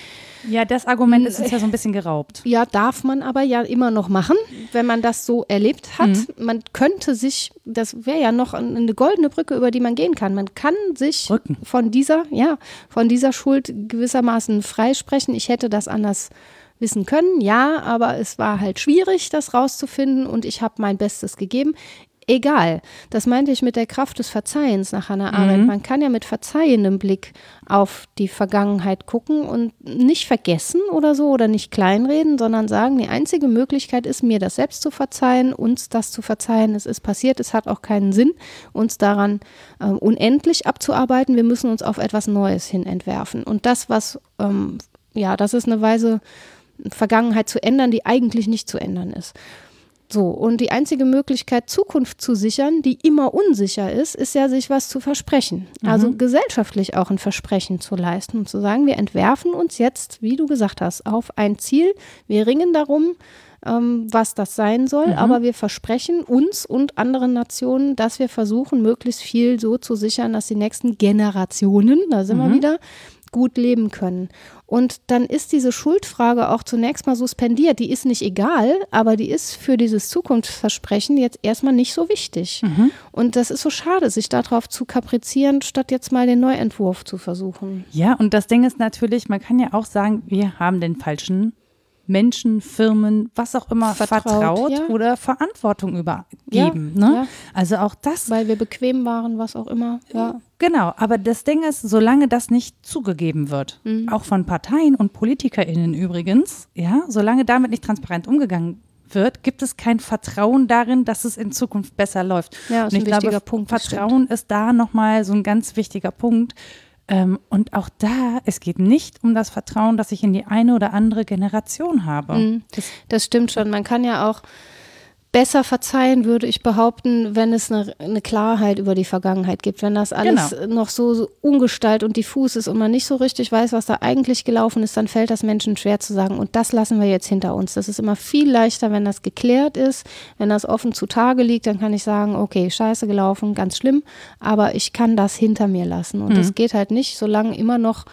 Ja, das Argument ist uns ja so ein bisschen geraubt. Ja, darf man aber ja immer noch machen, wenn man das so erlebt hat. Mhm. Man könnte sich, das wäre ja noch eine goldene Brücke, über die man gehen kann. Man kann sich Brücken. von dieser, ja, von dieser Schuld gewissermaßen freisprechen. Ich hätte das anders wissen können, ja, aber es war halt schwierig, das rauszufinden und ich habe mein Bestes gegeben. Egal, das meinte ich mit der Kraft des Verzeihens nach Hannah Arendt. Mhm. Man kann ja mit verzeihendem Blick auf die Vergangenheit gucken und nicht vergessen oder so oder nicht kleinreden, sondern sagen, die einzige Möglichkeit ist, mir das selbst zu verzeihen, uns das zu verzeihen. Es ist passiert, es hat auch keinen Sinn, uns daran äh, unendlich abzuarbeiten. Wir müssen uns auf etwas Neues hin entwerfen. Und das, was, ähm, ja, das ist eine Weise, Vergangenheit zu ändern, die eigentlich nicht zu ändern ist. So, und die einzige Möglichkeit, Zukunft zu sichern, die immer unsicher ist, ist ja, sich was zu versprechen. Mhm. Also gesellschaftlich auch ein Versprechen zu leisten und zu sagen, wir entwerfen uns jetzt, wie du gesagt hast, auf ein Ziel. Wir ringen darum, ähm, was das sein soll, mhm. aber wir versprechen uns und anderen Nationen, dass wir versuchen, möglichst viel so zu sichern, dass die nächsten Generationen, da sind mhm. wir wieder, gut leben können. Und dann ist diese Schuldfrage auch zunächst mal suspendiert. Die ist nicht egal, aber die ist für dieses Zukunftsversprechen jetzt erstmal nicht so wichtig. Mhm. Und das ist so schade, sich darauf zu kaprizieren, statt jetzt mal den Neuentwurf zu versuchen. Ja, und das Ding ist natürlich, man kann ja auch sagen, wir haben den falschen Menschen, Firmen, was auch immer vertraut, vertraut ja. oder Verantwortung übergeben. Ja, ne? Ja. Also auch das. Weil wir bequem waren, was auch immer. Ja. Genau, aber das Ding ist, solange das nicht zugegeben wird, mhm. auch von Parteien und PolitikerInnen übrigens, ja, solange damit nicht transparent umgegangen wird, gibt es kein Vertrauen darin, dass es in Zukunft besser läuft. Ja, das ist und ich ein wichtiger glaube, Punkt. Vertrauen ist da nochmal so ein ganz wichtiger Punkt. Ähm, und auch da, es geht nicht um das Vertrauen, das ich in die eine oder andere Generation habe. Mhm. Das, das stimmt schon. Man kann ja auch besser verzeihen, würde ich behaupten, wenn es eine, eine Klarheit über die Vergangenheit gibt. Wenn das alles genau. noch so, so ungestalt und diffus ist und man nicht so richtig weiß, was da eigentlich gelaufen ist, dann fällt das Menschen schwer zu sagen. Und das lassen wir jetzt hinter uns. Das ist immer viel leichter, wenn das geklärt ist, wenn das offen zutage liegt, dann kann ich sagen, okay, scheiße gelaufen, ganz schlimm, aber ich kann das hinter mir lassen. Und das mhm. geht halt nicht, solange immer noch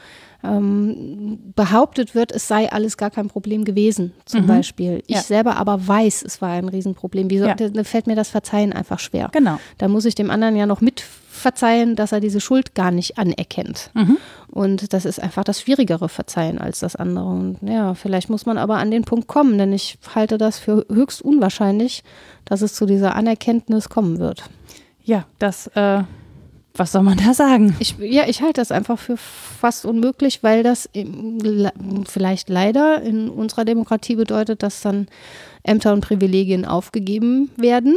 Ähm, behauptet wird, es sei alles gar kein Problem gewesen, zum mhm. Beispiel. Ich ja. selber aber weiß, es war ein Riesenproblem. Wieso ja. da fällt mir das Verzeihen einfach schwer? Genau. Da muss ich dem anderen ja noch mit verzeihen, dass er diese Schuld gar nicht anerkennt. Mhm. Und das ist einfach das schwierigere Verzeihen als das andere. Und ja, vielleicht muss man aber an den Punkt kommen, denn ich halte das für höchst unwahrscheinlich, dass es zu dieser Anerkenntnis kommen wird. Ja, das äh was soll man da sagen? Ich, ja, ich halte das einfach für fast unmöglich, weil das vielleicht leider in unserer Demokratie bedeutet, dass dann Ämter und Privilegien aufgegeben werden.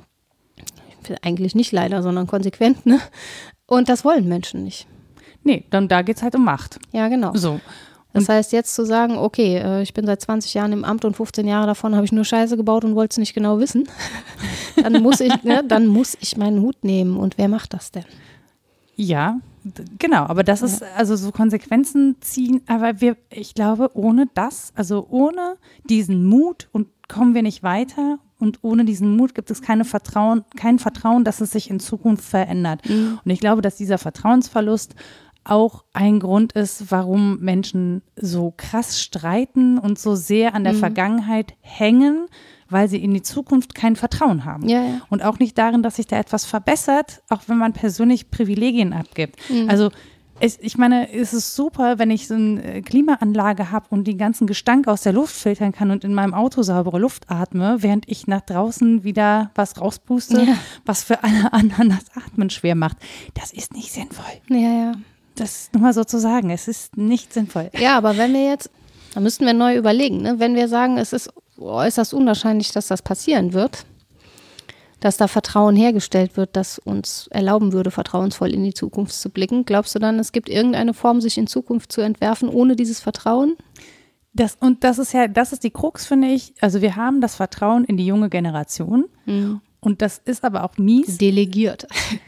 Eigentlich nicht leider, sondern konsequent, ne? Und das wollen Menschen nicht. Nee, dann da geht es halt um Macht. Ja, genau. So. Das heißt, jetzt zu sagen, okay, ich bin seit zwanzig Jahren im Amt und fünfzehn Jahre davon habe ich nur Scheiße gebaut und wollte es nicht genau wissen, dann muss ich, ne, dann muss ich meinen Hut nehmen. Und wer macht das denn? Ja, genau, aber das ist, also so Konsequenzen ziehen, aber wir, ich glaube, ohne das, also ohne diesen Mut und kommen wir nicht weiter und ohne diesen Mut gibt es keine Vertrauen, kein Vertrauen, dass es sich in Zukunft verändert. Mhm. Und ich glaube, dass dieser Vertrauensverlust auch ein Grund ist, warum Menschen so krass streiten und so sehr an der mhm. Vergangenheit hängen, weil sie in die Zukunft kein Vertrauen haben. Ja, ja. Und auch nicht darin, dass sich da etwas verbessert, auch wenn man persönlich Privilegien abgibt. Mhm. Also es, ich meine, es ist super, wenn ich so eine Klimaanlage habe und den ganzen Gestank aus der Luft filtern kann und in meinem Auto saubere Luft atme, während ich nach draußen wieder was rauspuste, ja. was für alle anderen das Atmen schwer macht. Das ist nicht sinnvoll. Ja, ja. Das nur mal so zu sagen, es ist nicht sinnvoll. Ja, aber wenn wir jetzt, da müssten wir neu überlegen, ne? Wenn wir sagen, es ist äußerst unwahrscheinlich, dass das passieren wird, dass da Vertrauen hergestellt wird, das uns erlauben würde, vertrauensvoll in die Zukunft zu blicken. Glaubst du dann, es gibt irgendeine Form, sich in Zukunft zu entwerfen, ohne dieses Vertrauen? Das, und das ist ja, das ist die Krux, finde ich. Also wir haben das Vertrauen in die junge Generation. Mhm. Und das ist aber auch mies. Delegiert.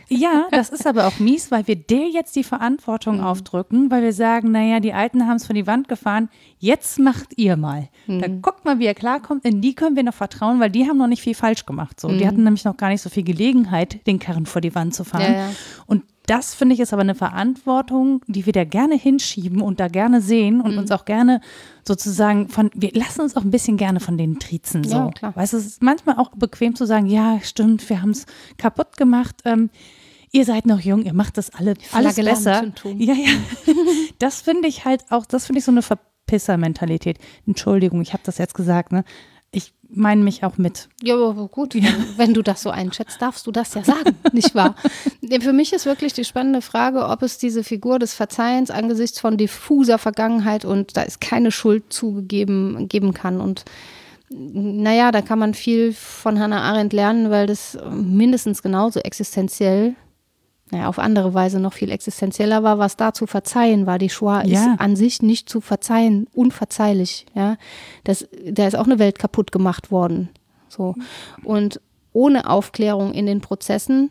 Ja, das ist aber auch mies, weil wir dir jetzt die Verantwortung mhm. aufdrücken, weil wir sagen, naja, die Alten haben es vor die Wand gefahren, jetzt macht ihr mal. Mhm. Da guckt mal, wie er klarkommt, in die können wir noch vertrauen, weil die haben noch nicht viel falsch gemacht. So. Mhm. Die hatten nämlich noch gar nicht so viel Gelegenheit, den Karren vor die Wand zu fahren. Ja, ja. Und das, finde ich, ist aber eine Verantwortung, die wir da gerne hinschieben und da gerne sehen und mhm. uns auch gerne sozusagen von, wir lassen uns auch ein bisschen gerne von denen triezen. So. Ja, klar. Weißt du, es ist manchmal auch bequem zu sagen, ja, stimmt, wir haben es kaputt gemacht. Ähm, ihr seid noch jung, ihr macht das alle, alles besser. Ja, ja. Das finde ich halt auch, das finde ich so eine Verpisser-Mentalität. Entschuldigung, ich habe das jetzt gesagt, ne? Ich meine mich auch mit. Ja, aber gut, ja. Wenn, wenn du das so einschätzt, darfst du das ja sagen, nicht wahr? Für mich ist wirklich die spannende Frage, ob es diese Figur des Verzeihens angesichts von diffuser Vergangenheit und da ist keine Schuld zugegeben geben kann. Und naja, da kann man viel von Hannah Arendt lernen, weil das mindestens genauso existenziell, naja, auf andere Weise noch viel existenzieller war, was da zu verzeihen war. Die Shoah ja. ist an sich nicht zu verzeihen, unverzeihlich. Ja, das, da ist auch eine Welt kaputt gemacht worden. So. Und ohne Aufklärung in den Prozessen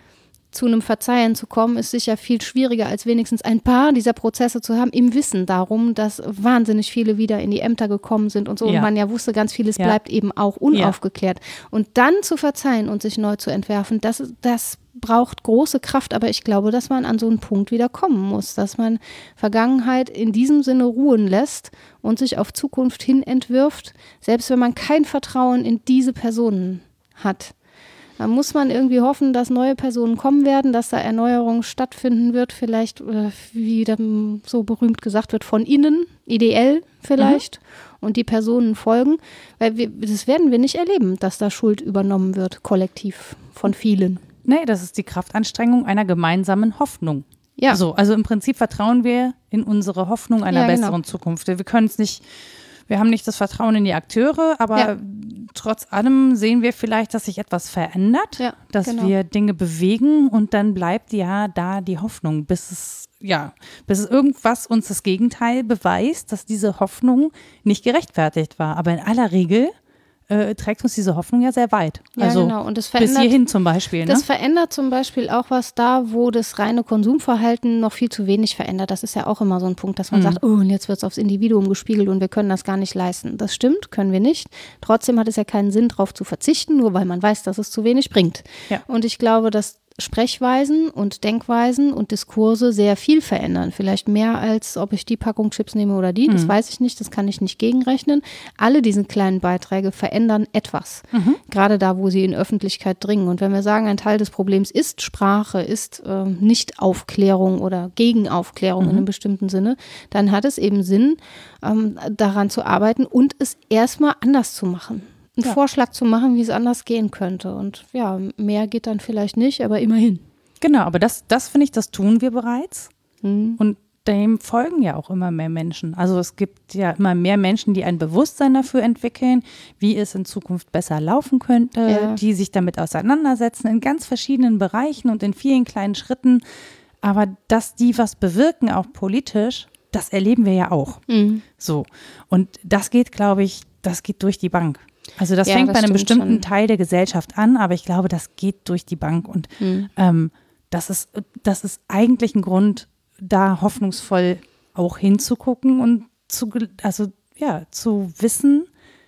zu einem Verzeihen zu kommen, ist sicher viel schwieriger, als wenigstens ein paar dieser Prozesse zu haben, im Wissen darum, dass wahnsinnig viele wieder in die Ämter gekommen sind und so. Ja. Und man ja wusste, ganz vieles ja. bleibt eben auch unaufgeklärt. Ja. Und dann zu verzeihen und sich neu zu entwerfen, das, das braucht große Kraft, aber ich glaube, dass man an so einen Punkt wieder kommen muss, dass man Vergangenheit in diesem Sinne ruhen lässt und sich auf Zukunft hin entwirft, selbst wenn man kein Vertrauen in diese Personen hat. Da muss man irgendwie hoffen, dass neue Personen kommen werden, dass da Erneuerung stattfinden wird, vielleicht, äh, wie dann so berühmt gesagt wird, von innen, ideell vielleicht, mhm. und die Personen folgen, weil wir, das werden wir nicht erleben, dass da Schuld übernommen wird, kollektiv von vielen. Nee, das ist die Kraftanstrengung einer gemeinsamen Hoffnung. Ja. So, also im Prinzip vertrauen wir in unsere Hoffnung einer ja, besseren genau. Zukunft. Wir können es nicht, wir haben nicht das Vertrauen in die Akteure, aber ja. trotz allem sehen wir vielleicht, dass sich etwas verändert, ja, dass genau. wir Dinge bewegen und dann bleibt ja da die Hoffnung, bis es, ja, bis es irgendwas uns das Gegenteil beweist, dass diese Hoffnung nicht gerechtfertigt war. Aber in aller Regel Äh, trägt uns diese Hoffnung ja sehr weit. Ja, also genau. Und das bis hierhin zum Beispiel. Das ne? verändert zum Beispiel auch was da, wo das reine Konsumverhalten noch viel zu wenig verändert. Das ist ja auch immer so ein Punkt, dass man mhm. sagt, oh, und jetzt wird es aufs Individuum gespiegelt und wir können das gar nicht leisten. Das stimmt, können wir nicht. Trotzdem hat es ja keinen Sinn, darauf zu verzichten, nur weil man weiß, dass es zu wenig bringt. Ja. Und ich glaube, dass Sprechweisen und Denkweisen und Diskurse sehr viel verändern. Vielleicht mehr als, ob ich die Packung Chips nehme oder die. Das mhm. weiß ich nicht, das kann ich nicht gegenrechnen. Alle diese kleinen Beiträge verändern etwas. Mhm. Gerade da, wo sie in Öffentlichkeit dringen. Und wenn wir sagen, ein Teil des Problems ist Sprache, ist äh, Nicht-Aufklärung oder Gegenaufklärung mhm. in einem bestimmten Sinne, dann hat es eben Sinn, ähm, daran zu arbeiten und es erstmal anders zu machen. Einen ja. Vorschlag zu machen, wie es anders gehen könnte. Und ja, mehr geht dann vielleicht nicht, aber immerhin. Genau, aber das, das finde ich, das tun wir bereits. Mhm. Und dem folgen ja auch immer mehr Menschen. Also es gibt ja immer mehr Menschen, die ein Bewusstsein dafür entwickeln, wie es in Zukunft besser laufen könnte, ja. die sich damit auseinandersetzen in ganz verschiedenen Bereichen und in vielen kleinen Schritten. Aber dass die was bewirken, auch politisch, das erleben wir ja auch. Mhm. So. Und das geht, glaube ich, das geht durch die Bank. Also das ja, fängt das bei einem bestimmten schon. Teil der Gesellschaft an, aber ich glaube, das geht durch die Bank und mhm. ähm, das ist, das ist eigentlich ein Grund, da hoffnungsvoll auch hinzugucken und zu, also ja, zu wissen,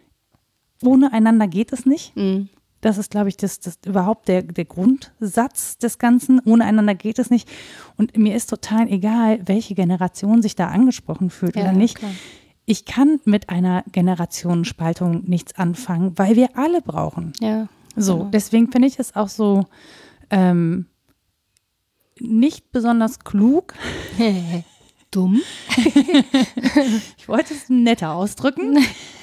ohne einander geht es nicht. Mhm. Das ist, glaube ich, das, das überhaupt der, der Grundsatz des Ganzen. Ohne einander geht es nicht. Und mir ist total egal, welche Generation sich da angesprochen fühlt ja, oder nicht. Klar. Ich kann mit einer Generationenspaltung nichts anfangen, weil wir alle brauchen. Ja, so, genau. Deswegen finde ich es auch so ähm, nicht besonders klug. Dumm. Ich wollte es netter ausdrücken.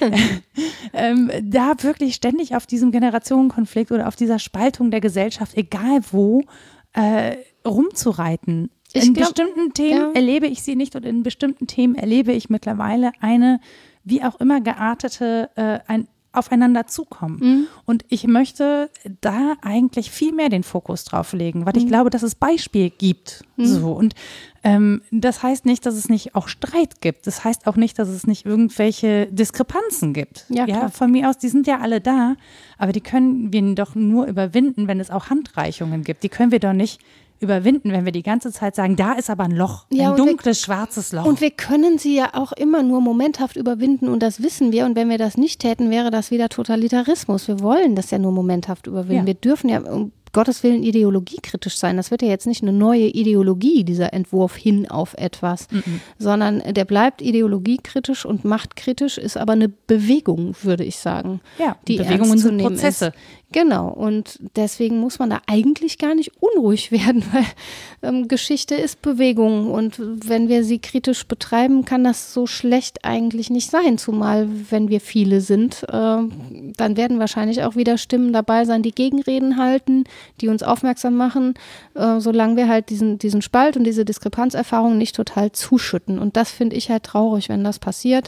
ähm, da wirklich ständig auf diesem Generationenkonflikt oder auf dieser Spaltung der Gesellschaft, egal wo, äh, rumzureiten. Ich in glaub, bestimmten Themen ja. erlebe ich sie nicht und in bestimmten Themen erlebe ich mittlerweile eine, wie auch immer geartete, äh, ein, aufeinander zukommen. Mhm. Und ich möchte da eigentlich viel mehr den Fokus drauf legen, weil ich Mhm. glaube, dass es Beispiel gibt. Mhm. So. Und ähm, das heißt nicht, dass es nicht auch Streit gibt. Das heißt auch nicht, dass es nicht irgendwelche Diskrepanzen gibt. Ja, klar. Von mir aus, die sind ja alle da, aber die können wir doch nur überwinden, wenn es auch Handreichungen gibt. Die können wir doch nicht überwinden, wenn wir die ganze Zeit sagen, da ist aber ein Loch, Ja, ein und wir- dunkles, schwarzes Loch. Und wir können sie ja auch immer nur momenthaft überwinden und das wissen wir. Und wenn wir das nicht täten, wäre das wieder Totalitarismus. Wir wollen das ja nur momenthaft überwinden. Ja. Wir dürfen ja um Gottes Willen ideologiekritisch sein. Das wird ja jetzt nicht eine neue Ideologie, dieser Entwurf hin auf etwas, Mhm. sondern der bleibt ideologiekritisch und machtkritisch, ist aber eine Bewegung, würde ich sagen. Ja, die Bewegungen ernst zu sind nehmen Prozesse. Ist. Genau, und deswegen muss man da eigentlich gar nicht unruhig werden, weil ähm, Geschichte ist Bewegung und wenn wir sie kritisch betreiben, kann das so schlecht eigentlich nicht sein, zumal wenn wir viele sind, äh, dann werden wahrscheinlich auch wieder Stimmen dabei sein, die Gegenreden halten, die uns aufmerksam machen, äh, solange wir halt diesen, diesen Spalt und diese Diskrepanzerfahrung nicht total zuschütten und das finde ich halt traurig, wenn das passiert.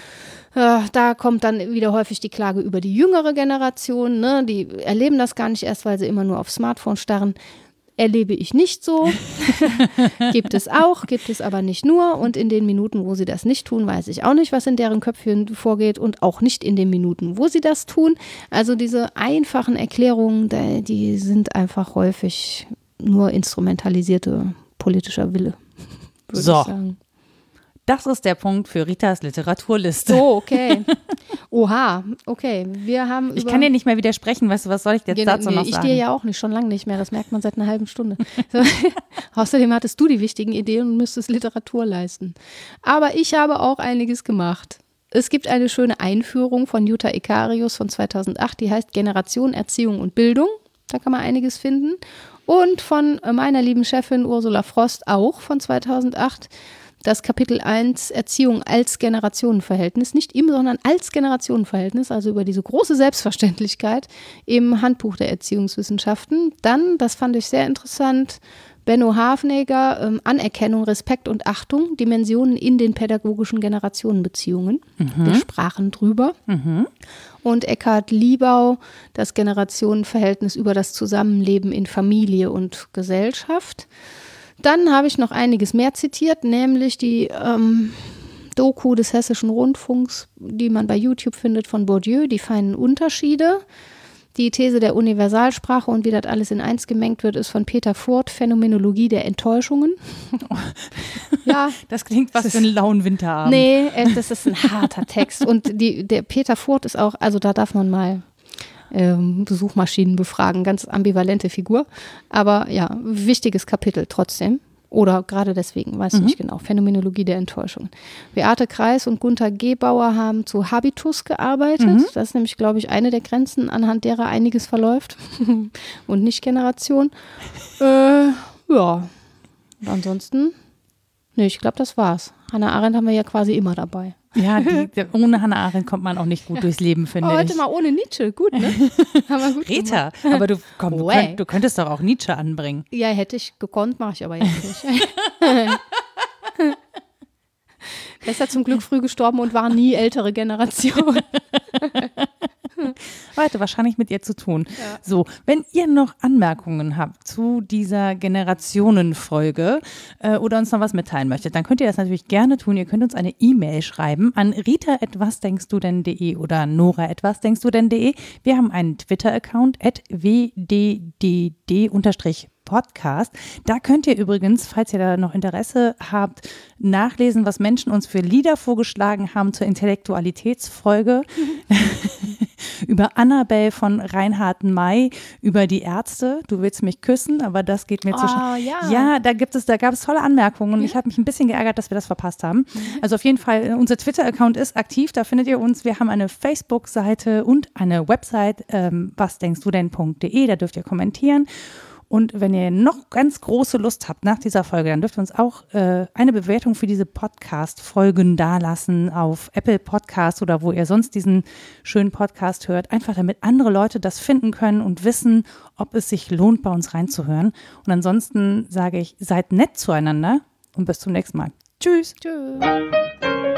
Äh, da kommt dann wieder häufig die Klage über die jüngere Generation, ne? Die erleben das gar nicht erst, weil sie immer nur auf Smartphone starren. Erlebe ich nicht so. Gibt es auch, gibt es aber nicht nur. Und in den Minuten, wo sie das nicht tun, weiß ich auch nicht, was in deren Köpfchen vorgeht und auch nicht in den Minuten, wo sie das tun. Also diese einfachen Erklärungen, die sind einfach häufig nur instrumentalisierte politischer Wille, würde So. ich sagen. Das ist der Punkt für Ritas Literaturliste. So, okay. Oha, okay. Wir haben Ich über- kann dir nicht mehr widersprechen, weißt du, was soll ich jetzt Ja, dazu nee, noch ich sagen? dir ja auch nicht, schon lange nicht mehr. Das merkt man seit einer halben Stunde. So. Außerdem hattest du die wichtigen Ideen und müsstest Literatur leisten. Aber ich habe auch einiges gemacht. Es gibt eine schöne Einführung von Jutta Ikarius von zweitausendacht, die heißt Generation, Erziehung und Bildung. Da kann man einiges finden. Und von meiner lieben Chefin Ursula Frost auch von zweitausendacht. Das Kapitel eins, Erziehung als Generationenverhältnis, nicht im, sondern als Generationenverhältnis, also über diese große Selbstverständlichkeit im Handbuch der Erziehungswissenschaften. Dann, das fand ich sehr interessant, Benno Hafneger, ähm, Anerkennung, Respekt und Achtung, Dimensionen in den pädagogischen Generationenbeziehungen. Mhm. Wir sprachen drüber. Mhm. Und Eckhard Liebau, das Generationenverhältnis über das Zusammenleben in Familie und Gesellschaft. Dann habe ich noch einiges mehr zitiert, nämlich die ähm, Doku des Hessischen Rundfunks, die man bei YouTube findet von Bourdieu, die feinen Unterschiede. Die These der Universalsprache und wie das alles in eins gemengt wird, ist von Peter Furt, Phänomenologie der Enttäuschungen. Ja, Das klingt was für einen lauen Winterabend. nee, äh, das ist ein harter Text. Und die, der Peter Furt ist auch, also da darf man mal ähm, Suchmaschinen befragen, ganz ambivalente Figur. Aber ja, wichtiges Kapitel trotzdem. Oder gerade deswegen, weiß ich Mhm. nicht genau. Phänomenologie der Enttäuschung. Beate Kreis und Gunther Gebauer haben zu Habitus gearbeitet. Mhm. Das ist nämlich, glaube ich, eine der Grenzen, anhand derer einiges verläuft. Und nicht Generation. Äh, ja. Und ansonsten, nee, ich glaube, das war's. Hannah Arendt haben wir ja quasi immer dabei. Ja, die, die, ohne Hannah Arendt kommt man auch nicht gut durchs Leben, finde Oh, ich. heute mal ohne Nietzsche, gut, ne? Haben wir gut Rita, aber du, komm, du, Way. könnt, du könntest doch auch Nietzsche anbringen. Ja, hätte ich gekonnt, mache ich aber jetzt nicht. Der ist ja zum Glück früh gestorben und war nie ältere Generation. Heute wahrscheinlich mit ihr zu tun. Ja. So, wenn ihr noch Anmerkungen habt zu dieser Generationenfolge äh, oder uns noch was mitteilen möchtet, dann könnt ihr das natürlich gerne tun. Ihr könnt uns eine E-Mail schreiben an rita at wasdenkstudenn.de oder nora at wasdenkstudenn.de. Wir haben einen Twitter-Account at w d d d Podcast. Da könnt ihr übrigens, falls ihr da noch Interesse habt, nachlesen, was Menschen uns für Lieder vorgeschlagen haben zur Intellektualitätsfolge. Über Annabelle von Reinhard May, über die Ärzte. Du willst mich küssen, aber das geht mir Oh, zu schnell. ja. Ja, da gibt es, da gab es tolle Anmerkungen und ja. Ich habe mich ein bisschen geärgert, dass wir das verpasst haben. Mhm. Also auf jeden Fall, unser Twitter-Account ist aktiv, da findet ihr uns. Wir haben eine Facebook-Seite und eine Website, ähm, wasdenkstudenn.de, da dürft ihr kommentieren. Und wenn ihr noch ganz große Lust habt nach dieser Folge, dann dürft ihr uns auch äh, eine Bewertung für diese Podcast-Folgen dalassen auf Apple Podcasts oder wo ihr sonst diesen schönen Podcast hört. Einfach damit andere Leute das finden können und wissen, ob es sich lohnt, bei uns reinzuhören. Und ansonsten sage ich, seid nett zueinander und bis zum nächsten Mal. Tschüss. Tschüss.